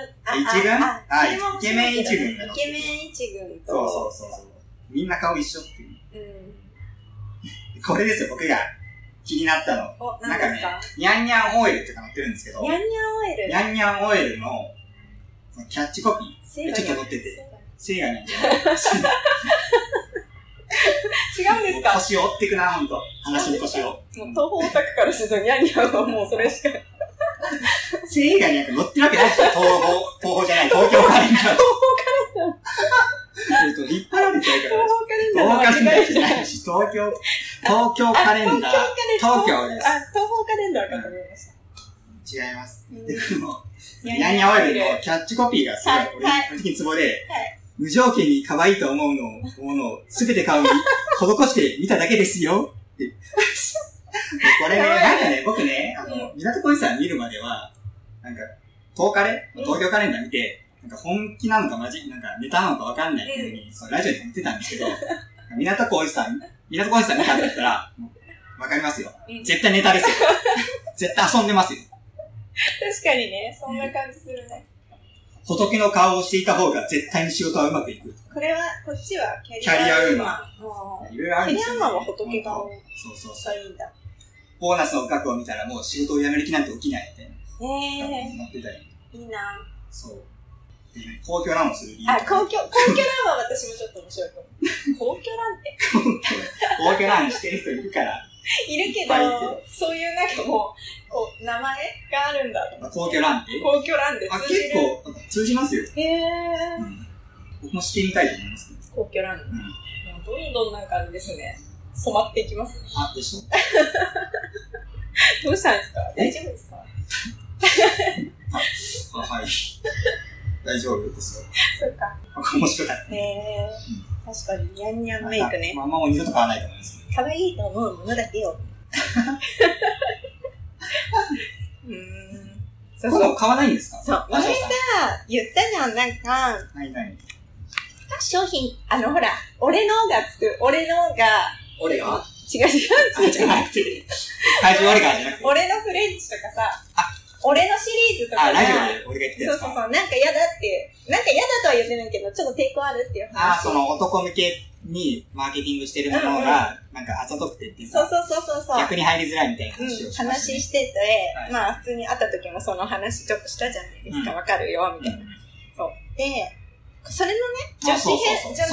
ケメン一軍だよ。 イケメン一軍と。 そうそうそう。みんな顔一緒っていう。これですよ、僕が気になったの。なんかね、ニャンニャンオイルって載ってるんですけど、 ニャンニャンオイルニャンニャンオイルのキャッチコピー、ちょっと載ってて、せいやにゃんじゃない。 違うんですか？ 腰を折ってくな、ほんと。話の腰を。 もう東方オタクからするとニャンニャンはもうそれしか。 せいやにゃんが載ってるわけないでしょ、東方じゃない、東京カレンダー。 東方カレンダー。 引っ張られちゃうから。 東方カレンダーは間違えじゃないし、東京カレンダー。東京です。 東方カレンダーかと思いました。 違います。で、ニャンニャンオイルのキャッチコピーがすごい、俺的にツボで、無条件に可愛いと思うものをすべて買うに施してみただけですよ。これね、なんかね、僕ね、港小路さん見るまでは、なんか、東京カレンダー見て、なんか本気なのかなんかネタなのかわかんないっていうふうに、ラジオで言ってたんですけど、港小路さん見たんだったら、わかりますよ。絶対ネタですよ。絶対遊んでますよ。 確かにね、そんな感じするね。 仏の顔をしていた方が絶対に仕事はうまくいく。 こっちはキャリアウーマン。いろいろあるんですよ、ね。 キャリアウーマンは仏顔がいいんだ。 ボーナスの額を見たらもう仕事を辞める気なんて起きないみたいな。乗ってたり。 いいな。 そう。でね、公共ランをする理由。 公共ランは私もちょっと面白いと思う。公共ランって公共ランしてる人いるから。 いるけど、そういうなんかもう、名前があるんだ。 公共ランって公共ランで通じる。 結構通じますよ。僕もしてみたいと思いますね。 公共ラン。どんな感じですね。染まっていきますね。 でしょ。 どうしたんですか？大丈夫ですか？ はい。大丈夫ですよ。 そうか。 面白かった。 確かに、ニャンニャンメイクね。 もう二度と買わないと思います。 可愛いと思うものだけよ。 そう。買わないんですか？ そう。前さ、言ったじゃん、なんか。 何商品、ほら、俺のが、 俺が違う。 じゃなくて。怪獣オレガーじゃなくて。 俺のフレンチとかさ、俺のシリーズとかラジオで俺が言ってたやつ。 そう。なんか嫌だとは言ってないけど、ちょっと抵抗あるっていう話。 その男向けにマーケティングしてるものが、なんかあざとくてっていうそう。 逆に入りづらいみたいな話をしました、 話してて、普通に会った時もその話ちょっとしたじゃないですか。わかるよ、みたいな。そう。で、それのね、女子編で、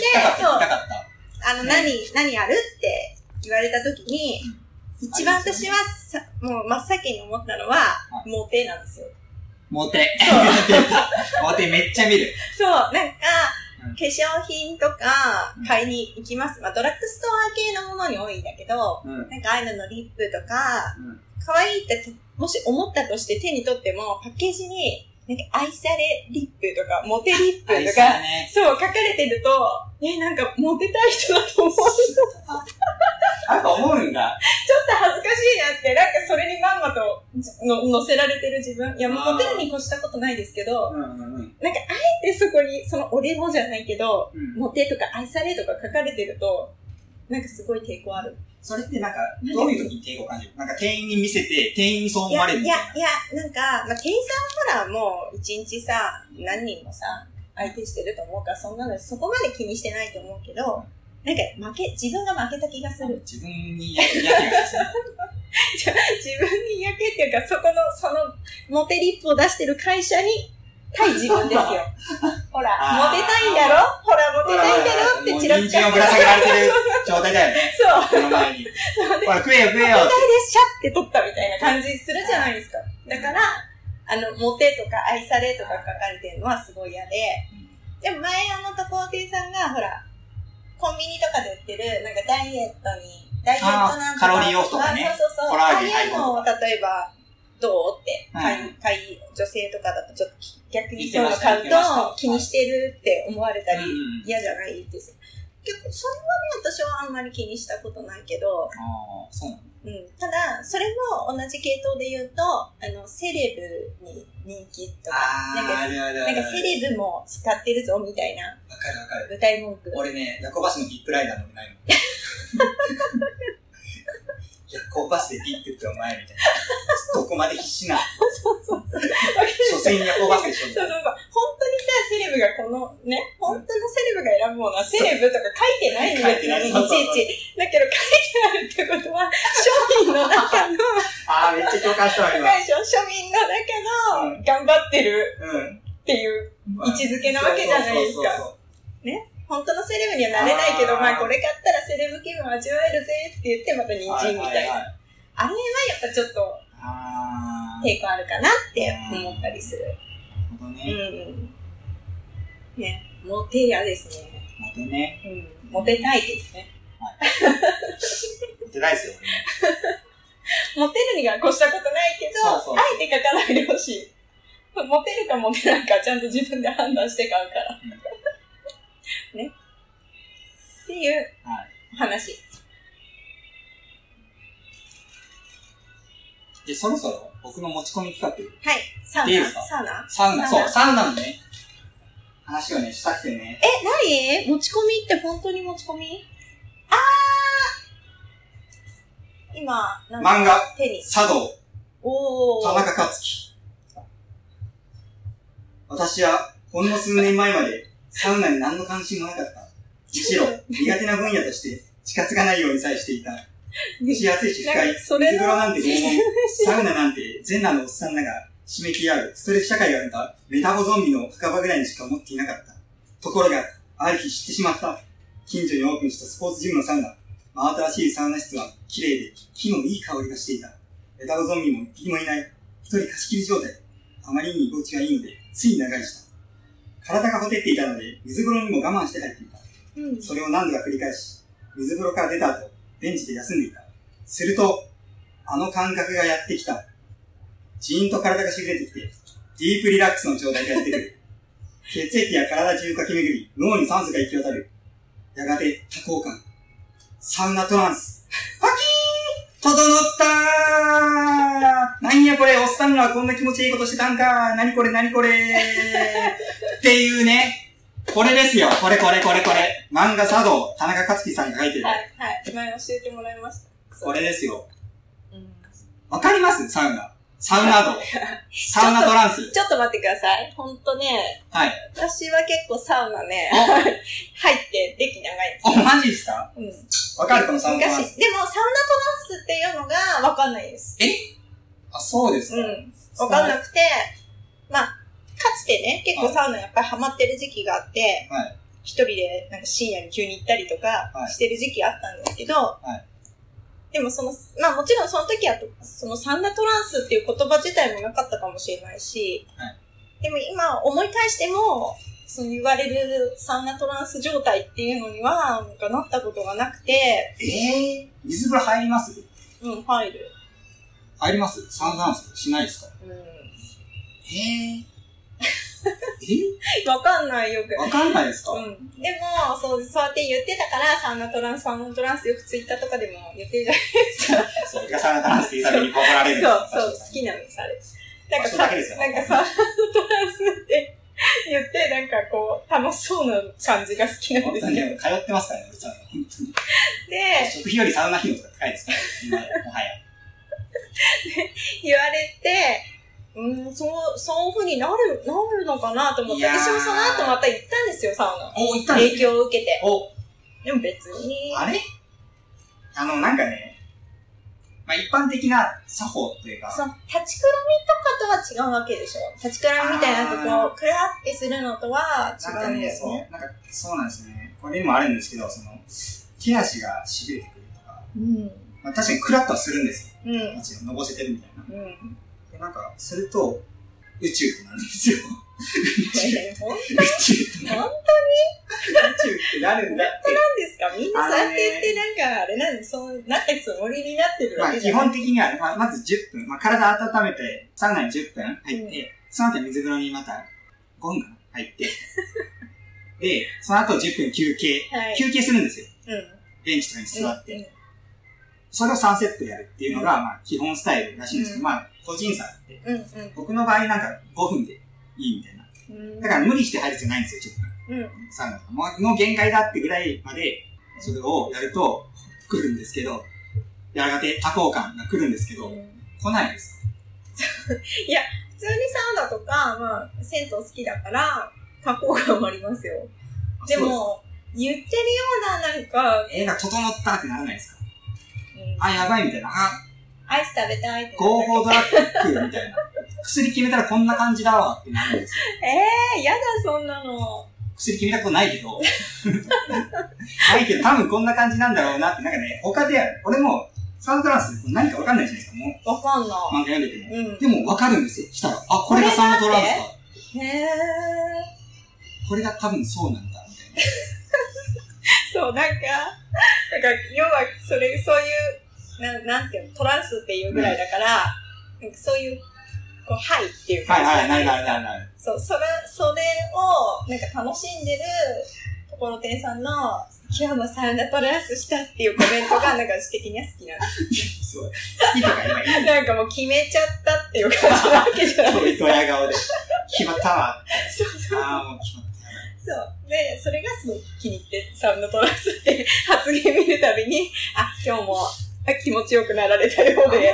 何あるって言われた時に、一番私はもう真っ先に思ったのは、モテなんですよ。 モテ。モテめっちゃ見る。 そう、なんか、化粧品とか買いに行きます。ドラッグストア系のものに多いんだけど、なんかアイヌのリップとか、可愛いってもし思ったとして手に取っても、パッケージに、なんか愛されリップとか、モテリップとか、そう、書かれてると、なんかモテたい人だと思う。 やっぱ思うんだ。 ちょっと恥ずかしいなって、なんかそれにまんまと乗せられてる自分。いや、モテるに越したことないですけど、なんかあえてそこに、その俺もじゃないけど、モテとか愛されとか書かれてると、なんかすごい抵抗ある。 それってなんか、どういう時に抵抗感じる？なんか店員に見せて、店員にそう思われるみたいな。 いや、なんか、店員さんほらもう一日さ、何人もさ、相手してると思うから、そんなのそこまで気にしてないと思うけど、なんか自分が負けた気がする。 自分に嫌気がする。 自分に嫌気っていうか、そのモテリップを出してる会社に対自分ですよ。ほら、モテたいんだろ、ほら、モテたいんだろってチラつか人参をぶら下げられてる状態だよね。 そう。 その前に。ほら、食えよ食えよ。 モテたいですシャッて取ったみたいな感じするじゃないですか。だから、モテとか愛されとか書かれてるのはすごい嫌で、でも前とこうてぃさんが、ほら、コンビニとかで売ってる、なんかダイエットなんとか。 カロリーオフとかね。 そう。ああいうのを、例えば、どうって女性とかだとちょっと逆にそういうの買うと気にしてるって思われたり嫌じゃないですよ。結構、それはね、私はあんまり気にしたことないけど、 そうなの？ ただ、それも同じ系統で言うと、セレブに人気とか、なんかセレブも使ってるぞみたいな。 わかる。 歌い文句。 俺ね、夜行バスのビップライダー飲めないもん。夜行バスでビップってお前みたいな。どこまで必死な。 そう。 所詮夜行バスでしょ。 そう。本当にさ、セレブが本当のセレブが選ぶものはセレブとか書いてないんですよね、いちいち。だけど書いてあるってことは、庶民の中の、 めっちゃ共感したわ、今。 庶民の中の頑張ってるっていう位置づけなわけじゃないですか。ね。本当のセレブにはなれないけど、これ買ったらセレブ気分味わえるぜって言ってまた人参みたいな。あれはやっぱちょっと、抵抗あるかなって思ったりする。 なるほどね。 ね、モテ嫌ですね。 モテね。 モテたいですね。 モテないですよ、 モテるには越したことないけど、あえて書かないでほしい。モテるかモテないかちゃんと自分で判断して買うから。ね。っていう話。 で、そろそろ僕の持ち込み企画。 はい。サウナのね、話をね、したくてね。 何？持ち込みって本当に持ち込み？今、 漫画、茶道、田中克樹。私は、ほんの数年前まで、サウナに何の関心もなかった。むしろ、苦手な分野として近づかないようにさえしていた。蒸し暑いし深い、水風呂なんて拷問、サウナなんて全裸のおっさんらが締め切合うストレス社会が生んだメタボゾンビの墓場ぐらいにしか思っていなかった。ところが、ある日知ってしまった。近所にオープンしたスポーツジムのサウナ。真新しいサウナ室は綺麗で木のいい香りがしていた。メタボゾンビも一匹もいない。一人貸し切り状態。あまりに居心地がいいので、つい長居した。体がほてっていたので、水風呂にも我慢して入っていた。それを何度か繰り返し、水風呂から出た後、ベンチで休んでいた。すると、あの感覚がやってきた。じーんと体がしびれてきて、ディープリラックスの状態がやってくる。血液や体中駆け巡り、脳に酸素が行き渡る。やがて多幸感。サウナトランス。パキーン！整ったー！なんやこれ、おっさんらはこんな気持ちいいことしてたんかー。なにこれっていうね。これですよ。これ。漫画茶道、田中克樹さんが書いてる。 はい。前教えてもらいました。 これですよ。わかります？サウナ道。サウナトランス。 ちょっと待ってください。ほんとね。 はい。 私は結構サウナね、入って歴長いんですよ。 マジですか？わかるかも、サウナトランス。 でも、サウナトランスっていうのがわかんないです。 そうですか？ わかんなくて、かつてね、結構サウナやっぱりハマってる時期があって、一人でなんか深夜に急に行ったりとかしてる時期あったんですけど、でももちろんその時は、そのサウナトランスっていう言葉自体もなかったかもしれないし、でも今思い返しても、その言われるサウナトランス状態っていうのには、なったことがなくて。 水風呂入ります？ 入る。 入ります？サウナトランスしないですか？ わかんないよく。 わかんないですか？ でも、そうやって言ってたから、サウナトランスよくツイッターとかでも言ってるじゃないですか。 そう、サウナトランスって言うために怒られる。 そう、好きなんです、あれ。なんかサウナトランスって言って、楽しそうな感じが好きなんですよ。 通ってますからね、サウナ、本当に。 で、 食費よりサウナ費用とか高いですから、今、もはや。 で、言われて、そういう風になるのかなと思って、私もその後また行ったんですよ、サウナ。 行ったんですか？ 影響を受けて。でも別に。 あれなんかね、 まあ一般的な作法というか。 そう、立ちくらみとかとは違うわけでしょ。立ちくらみみたいなこう、クラってするのとは違うんですね。 そうなんですね。これにもあるんですけど、手足が痺れてくるとか。まあ、確かにクラッとはするんですよ。もちろん、のぼせてるみたいな。で、なんか、すると、宇宙ってなるんですよ。 本当に宇宙ってなるんだって。 本当なんですか？みんなそうやって言って、なんか、あれなんで、そうなったつもりになってるわけじゃない。 まあ、基本的には、まず10分。まあ、体温めて、サウナに10分入って、その後水風呂にまた5分かな入って、で、その後10分休憩。休憩するんですよ。ベンチとかに座って。それを3セットやるっていうのが、まあ、基本スタイルらしいんですけど、まあ、個人差あって、僕の場合なんか5分でいいみたいな。だから無理して入る必要ないんですよ、10分。サウナとか。もう限界だってぐらいまで、それをやると来るんですけど、やがて多幸感が来るんですけど、来ないです。 いや、普通にサウナとか、まあ、銭湯好きだから、多幸感もありますよ。でも、言ってるような、なんか、 映画整ったってならないですか？あ、やばいみたいな。 アイス食べたいって。 合法ドラッグみたいな。薬決めたらこんな感じだわってなるんですよ。 やだ、そんなの。 薬決めたことないけど。ないけど、多分こんな感じなんだろうなって、なんかね、他で、俺も、サウンドトランス何かわかんないじゃないですか、もう。 わかんない。 漫画読んでても。でもわかるんですよ、したら。あ、これがサウンドトランスか。これが多分そうなんだ、みたいな。 そう、なんか、要は、そういう、なんていうの、トランスっていうぐらいだから、なんかそういう、こう、ハイっていう感じ。 なる。 そう、それを、なんか楽しんでる、ところてんさんの、今日もサウナトランスしたっていうコメントが、なんか私的には好きなんです。 そう。好きとか今いい。 なんかもう決めちゃったっていう感じなわけじゃないですか。 ドヤ顔で。決まったわ。 そう。 ああ、もう決まった。 そう。で、それがすごい気に入って、サウナトランスって発言見るたびに、あ、今日も気持ちよくなられたようで、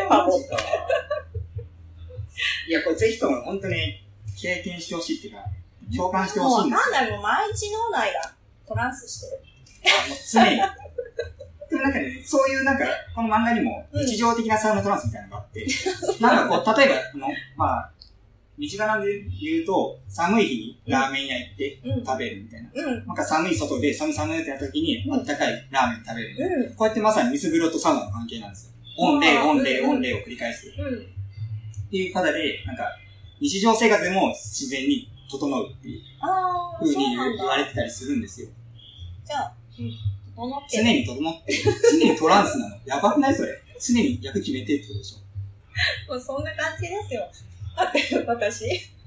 いや、これぜひとも本当に経験してほしいっていうか、共感してほしいんですよ。 もうなんだろう、毎日脳内がトランスしてる。 もう常に。でもなんかね、そういうなんか、この漫画にも日常的なサウナトランスみたいなのがあって、なんかこう、例えば、まあ、身近なんで言うと、寒い日にラーメン屋行って食べるみたいな。なんか寒い外で寒いってやった時に、あったかいラーメン食べる。こうやってまさに水風呂とサウナの関係なんですよ。オンレイを繰り返す。っていう方で、なんか、日常生活でも自然に整うっていう風に言われてたりするんですよ。 じゃあ、整って常に整ってる。常にトランスなの。やばくないそれ。常に役決めてってことでしょ。もうそんな感じですよ。だって私。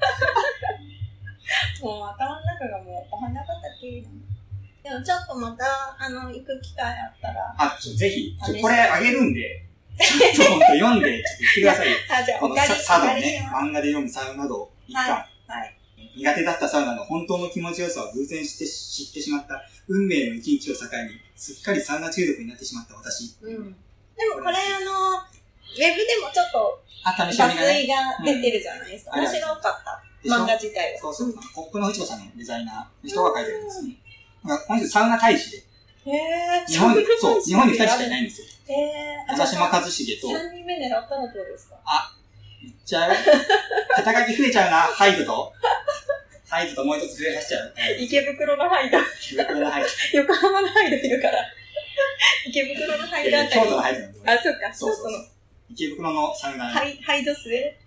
もう頭の中がもうお花畑。でもちょっとまた、行く機会あったら。 ぜひ、これあげるんで、ちょっと読んで、ちょっと言ってくださいよ。 じゃあ、 このサウナね、漫画で読むサウナ道一巻。苦手だったサウナの本当の気持ちよさを偶然知ってしまった運命の一日を境に、すっかりサウナ中毒になってしまった私。でもこれウェブでもちょっと、抜粋が出てるじゃないですか。面白かった。漫画自体は。 そう。コップのフチコさんのデザイナーの人が書いてるんですね。この人サウナ大使で。日本に2人しかいないんですよ。長嶋一茂と。 3人目狙ったのどうですか？ 言っちゃう？肩書き増えちゃうな、ハイドともう一つ増やしちゃう。 池袋のハイド。横浜のハイドいるから。池袋のハイドあたり。 京都のハイドなんだ。そっか。 そう。池袋のサウナ。 ハイドスエ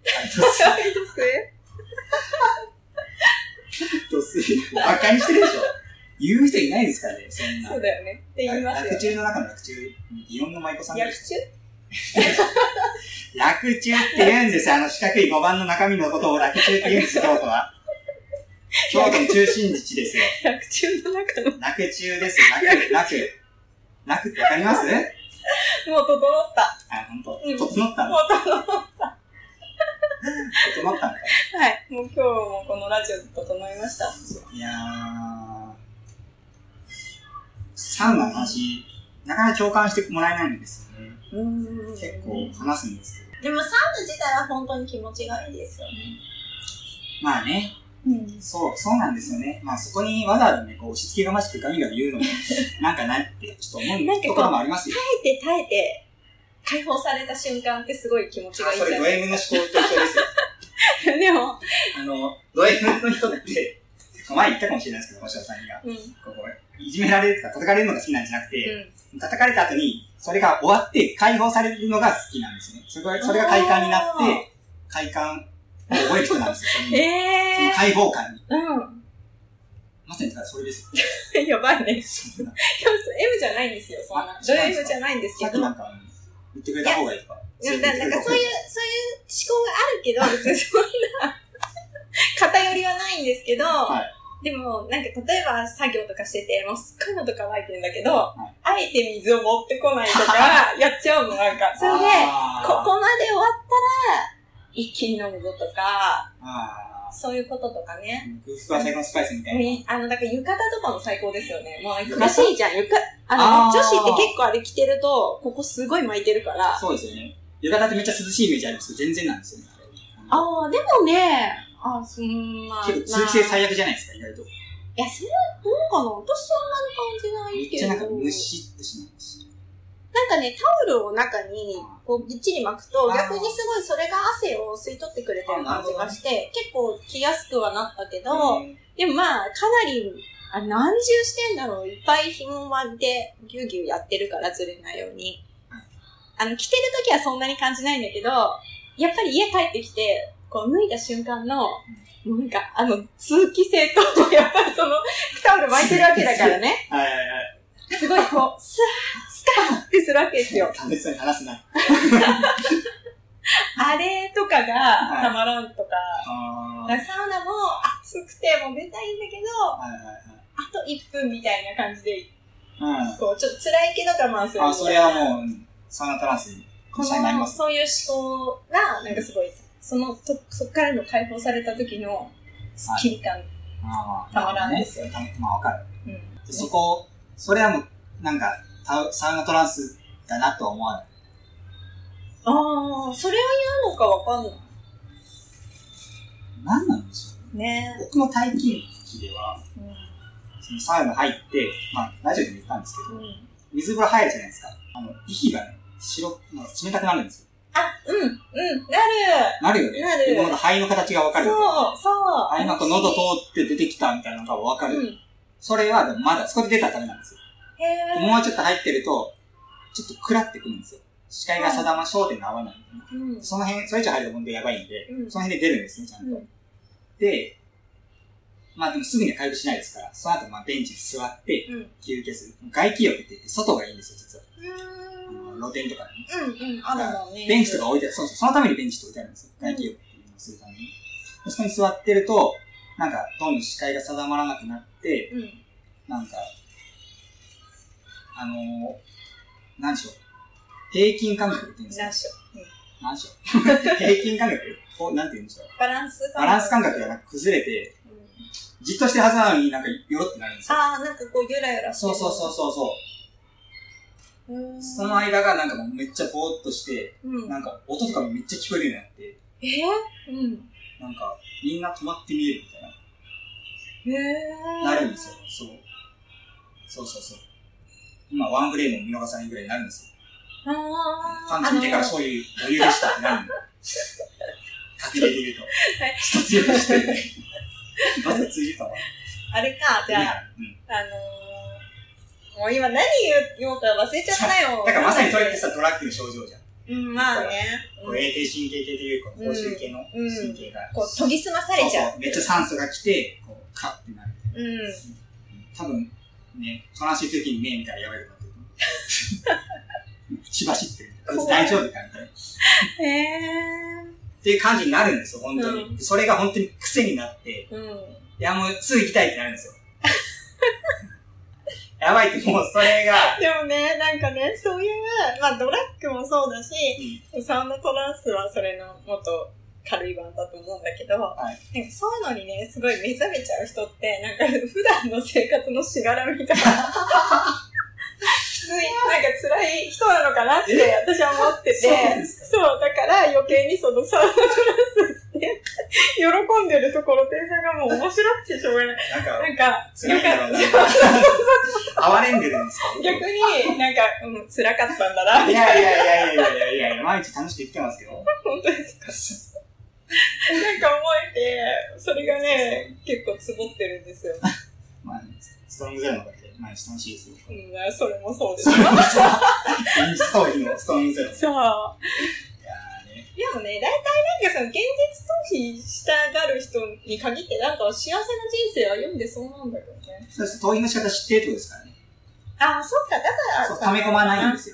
バカにしてるでしょ。言う人いないですからね、そんな。 そうだよね。って言いますよ。 楽中の中の楽中、祇園の舞妓さん楽中楽中って言うんですよ。四角い5番の中身のことを楽中って言うんですよ、京都は。京都の中心地ですよ。 楽中の中の。 楽中ですよ、楽ってわかります？ もう整った。 ほんと。整ったの？ もう整った。 整ったんだ。 はい。もう今日もこのラジオで整いました。 いやサウナの話、なかなか共感してもらえないんですよね。結構話すんですけど。でもサウナ自体は本当に気持ちがいいですよね。 まあね。そうなんですよね。まあそこにわざわざね、こう押し付けがましくガミガミ言うのも、なんかないってちょっと思うところもありますよ。 耐えて、 解放された瞬間ってすごい気持ちがいいじゃないですか。 それド M の思考と一緒ですよ。 でも、 ド M の人って、前言ったかもしれないですけど、星野さんには。いじめられるとか叩かれるのが好きなんじゃなくて、叩かれた後に、それが終わって解放されるのが好きなんですね。それが快感になって、快感を覚える人なんですよ。その解放感に。まさにそれですよ。やばいね。M じゃないんですよ、そんな。ド M じゃないんですけど。 さっきなんか言ってくれた方がいいとか。 なんかそういう思考があるけど、別にそんな偏りはないんですけど、でも、なんか例えば作業とかしてて、もうすっごいのとか湧いてるんだけど、あえて水を持ってこないとか、やっちゃうの、なんか。それで、ここまで終わったら、一気に飲むぞとか、そういうこととかね。 空腹は最高のスパイスみたいな。 だから浴衣とかも最高ですよね。もう難しいじゃん。女子って結構あれ着てると、ここすごい巻いてるから。 そうですよね。浴衣ってめっちゃ涼しいイメージあるんですけど、全然なんですよね。 でもね、そんな。 結構通気性最悪じゃないですか、意外と。 いや、それはどうかな？私そんなに感じないけど。 めっちゃなんかムシッとしないし。 なんかね、タオルを中にこうびっちり巻くと、逆にすごいそれが汗を吸い取ってくれてる感じがして、結構着やすくはなったけど、でもまあ、かなり、何重してんだろう、いっぱい紐巻いて、ぎゅうぎゅうやってるからずれないように。着てるときはそんなに感じないんだけど、やっぱり家帰ってきて、こう脱いだ瞬間の、もうなんか、通気性と、やっぱりその、タオル巻いてるわけだからね。 はいはいはい。 すごいこう、スカーってするわけですよ。 楽しそうに話すな。 あれとかがたまらんとか、サウナも暑くてもう出たいんだけど、あと1分みたいな感じで、こうちょっと辛いけど我慢する。 それはもう、サウナトランスになります。 そういう思考が、なんかすごい、そっからの解放された時のスッキリ感、たまらんですよ。 まあわかる。それはもう、なんか、サウナトランスだなとは思わない。 それは嫌なのかわかんない。 何なんでしょうね。僕の体験期では、そのサウナ入って、まあ、ラジオでも言ったんですけど、水風呂入るじゃないですか。息がね、冷たくなるんですよ。なるよね。なる。でもなんか肺の形がわかる。そう。なんか喉通って出てきたみたいなのがわかる。それは、でもまだ、そこで出たらダメなんですよ。もうちょっと入ってると、ちょっとクラってくるんですよ。視界が焦点が合わないみたいな。その辺、それ以上入ると本当にやばいんで、その辺で出るんですね、ちゃんと。で、まあでもすぐには回復しないですから、その後まあベンチに座って、休憩する。外気浴って言って、外がいいんですよ、実は。露天とかに。 あるもんね。 ベンチとか置いてある。そのためにベンチと置いてあるんですよ。外気浴っていうのをするために。そこに座ってると、なんか、どんどん視界が定まらなくなって、なんか、何でしょう。平均感覚って言うんですか？何でしょう。平均感覚なんて言うんでしょう。 バランス感覚がなんか崩れて、じっとしてるはずなのになんかよろってなるんですよ。 なんかこうゆらゆらしてる。 そう。その間がなんかもうめっちゃぼーっとして、なんか音とかもめっちゃ聞こえるようになって、なんかみんな止まって見えるみたいな。なるんですよ。そう。今ワンフレームを見逃さないぐらいになるんですよ。パンチ見てからそういう余裕でしたってなるんだ。家庭で言うと。一つよくしてるね。まず通じたわ。 あれか、じゃあ、もう今何言おうか忘れちゃったよ。 だからまさにそれってさ、ドラッグの症状じゃん。 まあね。 永定神経系というか、報酬系の神経が。 こう、研ぎ澄まされちゃう。 めっちゃ酸素が来て、こう、カッてなる。多分、ね、トランシー時に目見たらやばいことになってる。血走ってる。大丈夫かみたいな。っていう感じになるんですよ、本当に。それが本当に癖になって、いやもうすぐ行きたいってなるんですよ。やばいってもうそれが。 でもね、なんかね、そういう、まあドラッグもそうだし、サウナトランスはそれのもっと軽い版だと思うんだけど、なんかそういうのにね、すごい目覚めちゃう人って、なんか普段の生活のしがらみたいな。きつい、なんか辛い人なのかなって私は思ってて、そう、だから余計にそのサウナトランスって喜んでるところ、店員さんがもう面白くてしょうがない。なんか、 哀れんでるんですか？ 逆になんか、辛かったんだな。 いや、毎日楽しく生きてますよ。 本当ですか？なんか思えて、それがね、結構つぼってるんですよ。 まあ、ストロングゼロのおかげで毎日楽しいですよ。 それもそうですよ。 現実逃避のストロングゼロ。 そう。でもね、大体なんかその現実逃避したがる人に限ってなんか幸せな人生を歩んでそうなんだけどね。 そうです。逃避の仕方知ってるってことですからね。 ああ、そっか、だから。 そう、溜め込まないんですよ。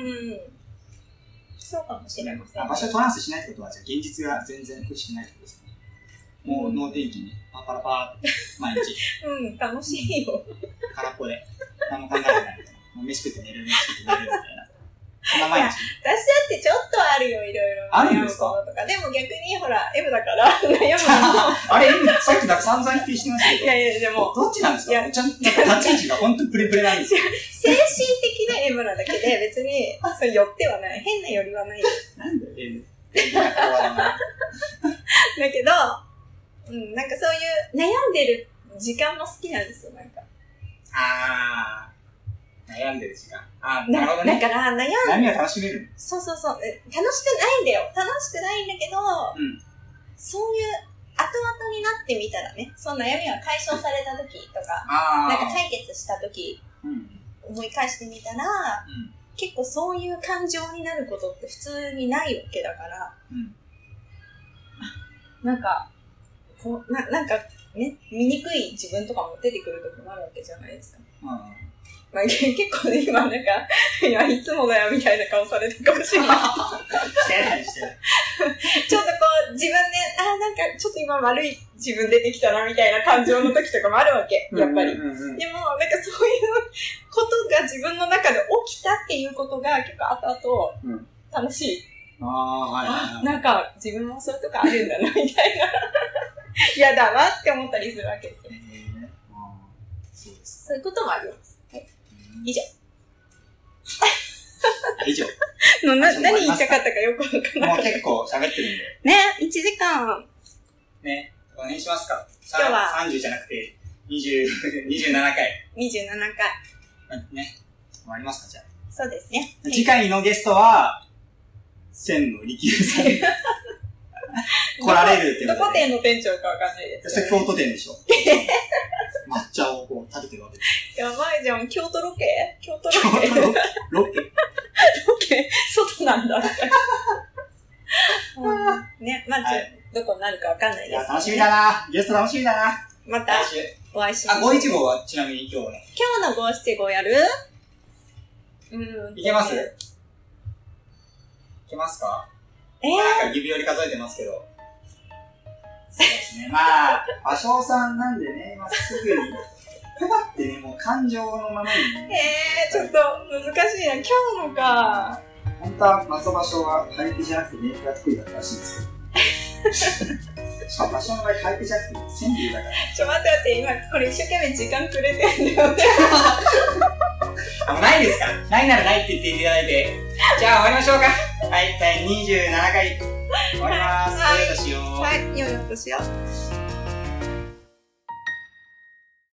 そうかもしれません。 場所トランスしないってことは、じゃあ現実が全然苦しくないってことですかね。もう脳天気にパラパーって毎日。 楽しいよ。 空っぽで。何も考えてないみたいな。もう飯食って寝るみたいな。そんな毎日。 私だってちょっとあるよ、いろいろ。 あるんですか？ でも逆にほら、M だから悩むの。 あれ、M、さっきだけ散々否定してましたけど。 いや、でも。 どっちなんですか？ちゃんと立ち位置がほんとプレプレなんですよ。 精神的な M なだけで、別に、それ寄ってはない。変な寄りはない。 なんだよ、M。だけど、なんかそういう悩んでる時間も好きなんですよ、なんか。 悩んでる時間。なるほどね。 だから悩みは楽しめる。 そう。楽しくないんだよ。楽しくないんだけど、そういう後々になってみたらね、その悩みが解消された時とか、なんか解決した時、思い返してみたら、結構そういう感情になることって普通にないわけだから、なんかね、醜い自分とかも出てくる時もあるわけじゃないですか。まあ、結構ね、今なんか、いつもだよみたいな顔されてるかもしれない。 してない。 ちょっとこう、自分で、なんかちょっと今悪い自分出てきたなみたいな感情の時とかもあるわけ、やっぱり。でも、なんかそういうことが自分の中で起きたっていうことが結構後々楽しい。なんか自分もそういうとこあるんだなみたいな。嫌だなって思ったりするわけですよ。そういうこともあります。以上。何言いたかったかよくわからない。 もう結構喋ってるんで。 ね、1時間。 ね、お願いしますか。 今日は 30じゃなくて、27回。 27回。 ね、終わりますか、じゃあ。 そうですね。 次回のゲストは、千の力さん。来られるってことで。 どこ店の店長かわかんないです。 それ京都店でしょ。抹茶をこう食べてるわけです。 やばいじゃん。京都ロケロケ外なんだ。ね、まあどこになるかわかんないです。 いや、楽しみだな。ゲスト楽しみだな。 また、お会いしましょう。 五一号はちなみに今日ね。 今日の五七五やる？ いけます？いけますか？なんか指折り数えてますけど。そうですね。まあ、芭蕉さんなんでね、まあ、すぐに。ペパってね、もう感情のままにね。 ちょっと難しいな。今日のか。 本当は松尾芭蕉は俳句じゃなくてメイクが得意だったらしいんですけど。しかも芭蕉の場合俳句じゃなくて川柳だから。 待って、今これ一生懸命時間くれてんだよね。 もうないですから。ないならないって言っていただいて。じゃあ終わりましょうか。はい、第27回。終わります。良いお年を。 はい、良いお年を。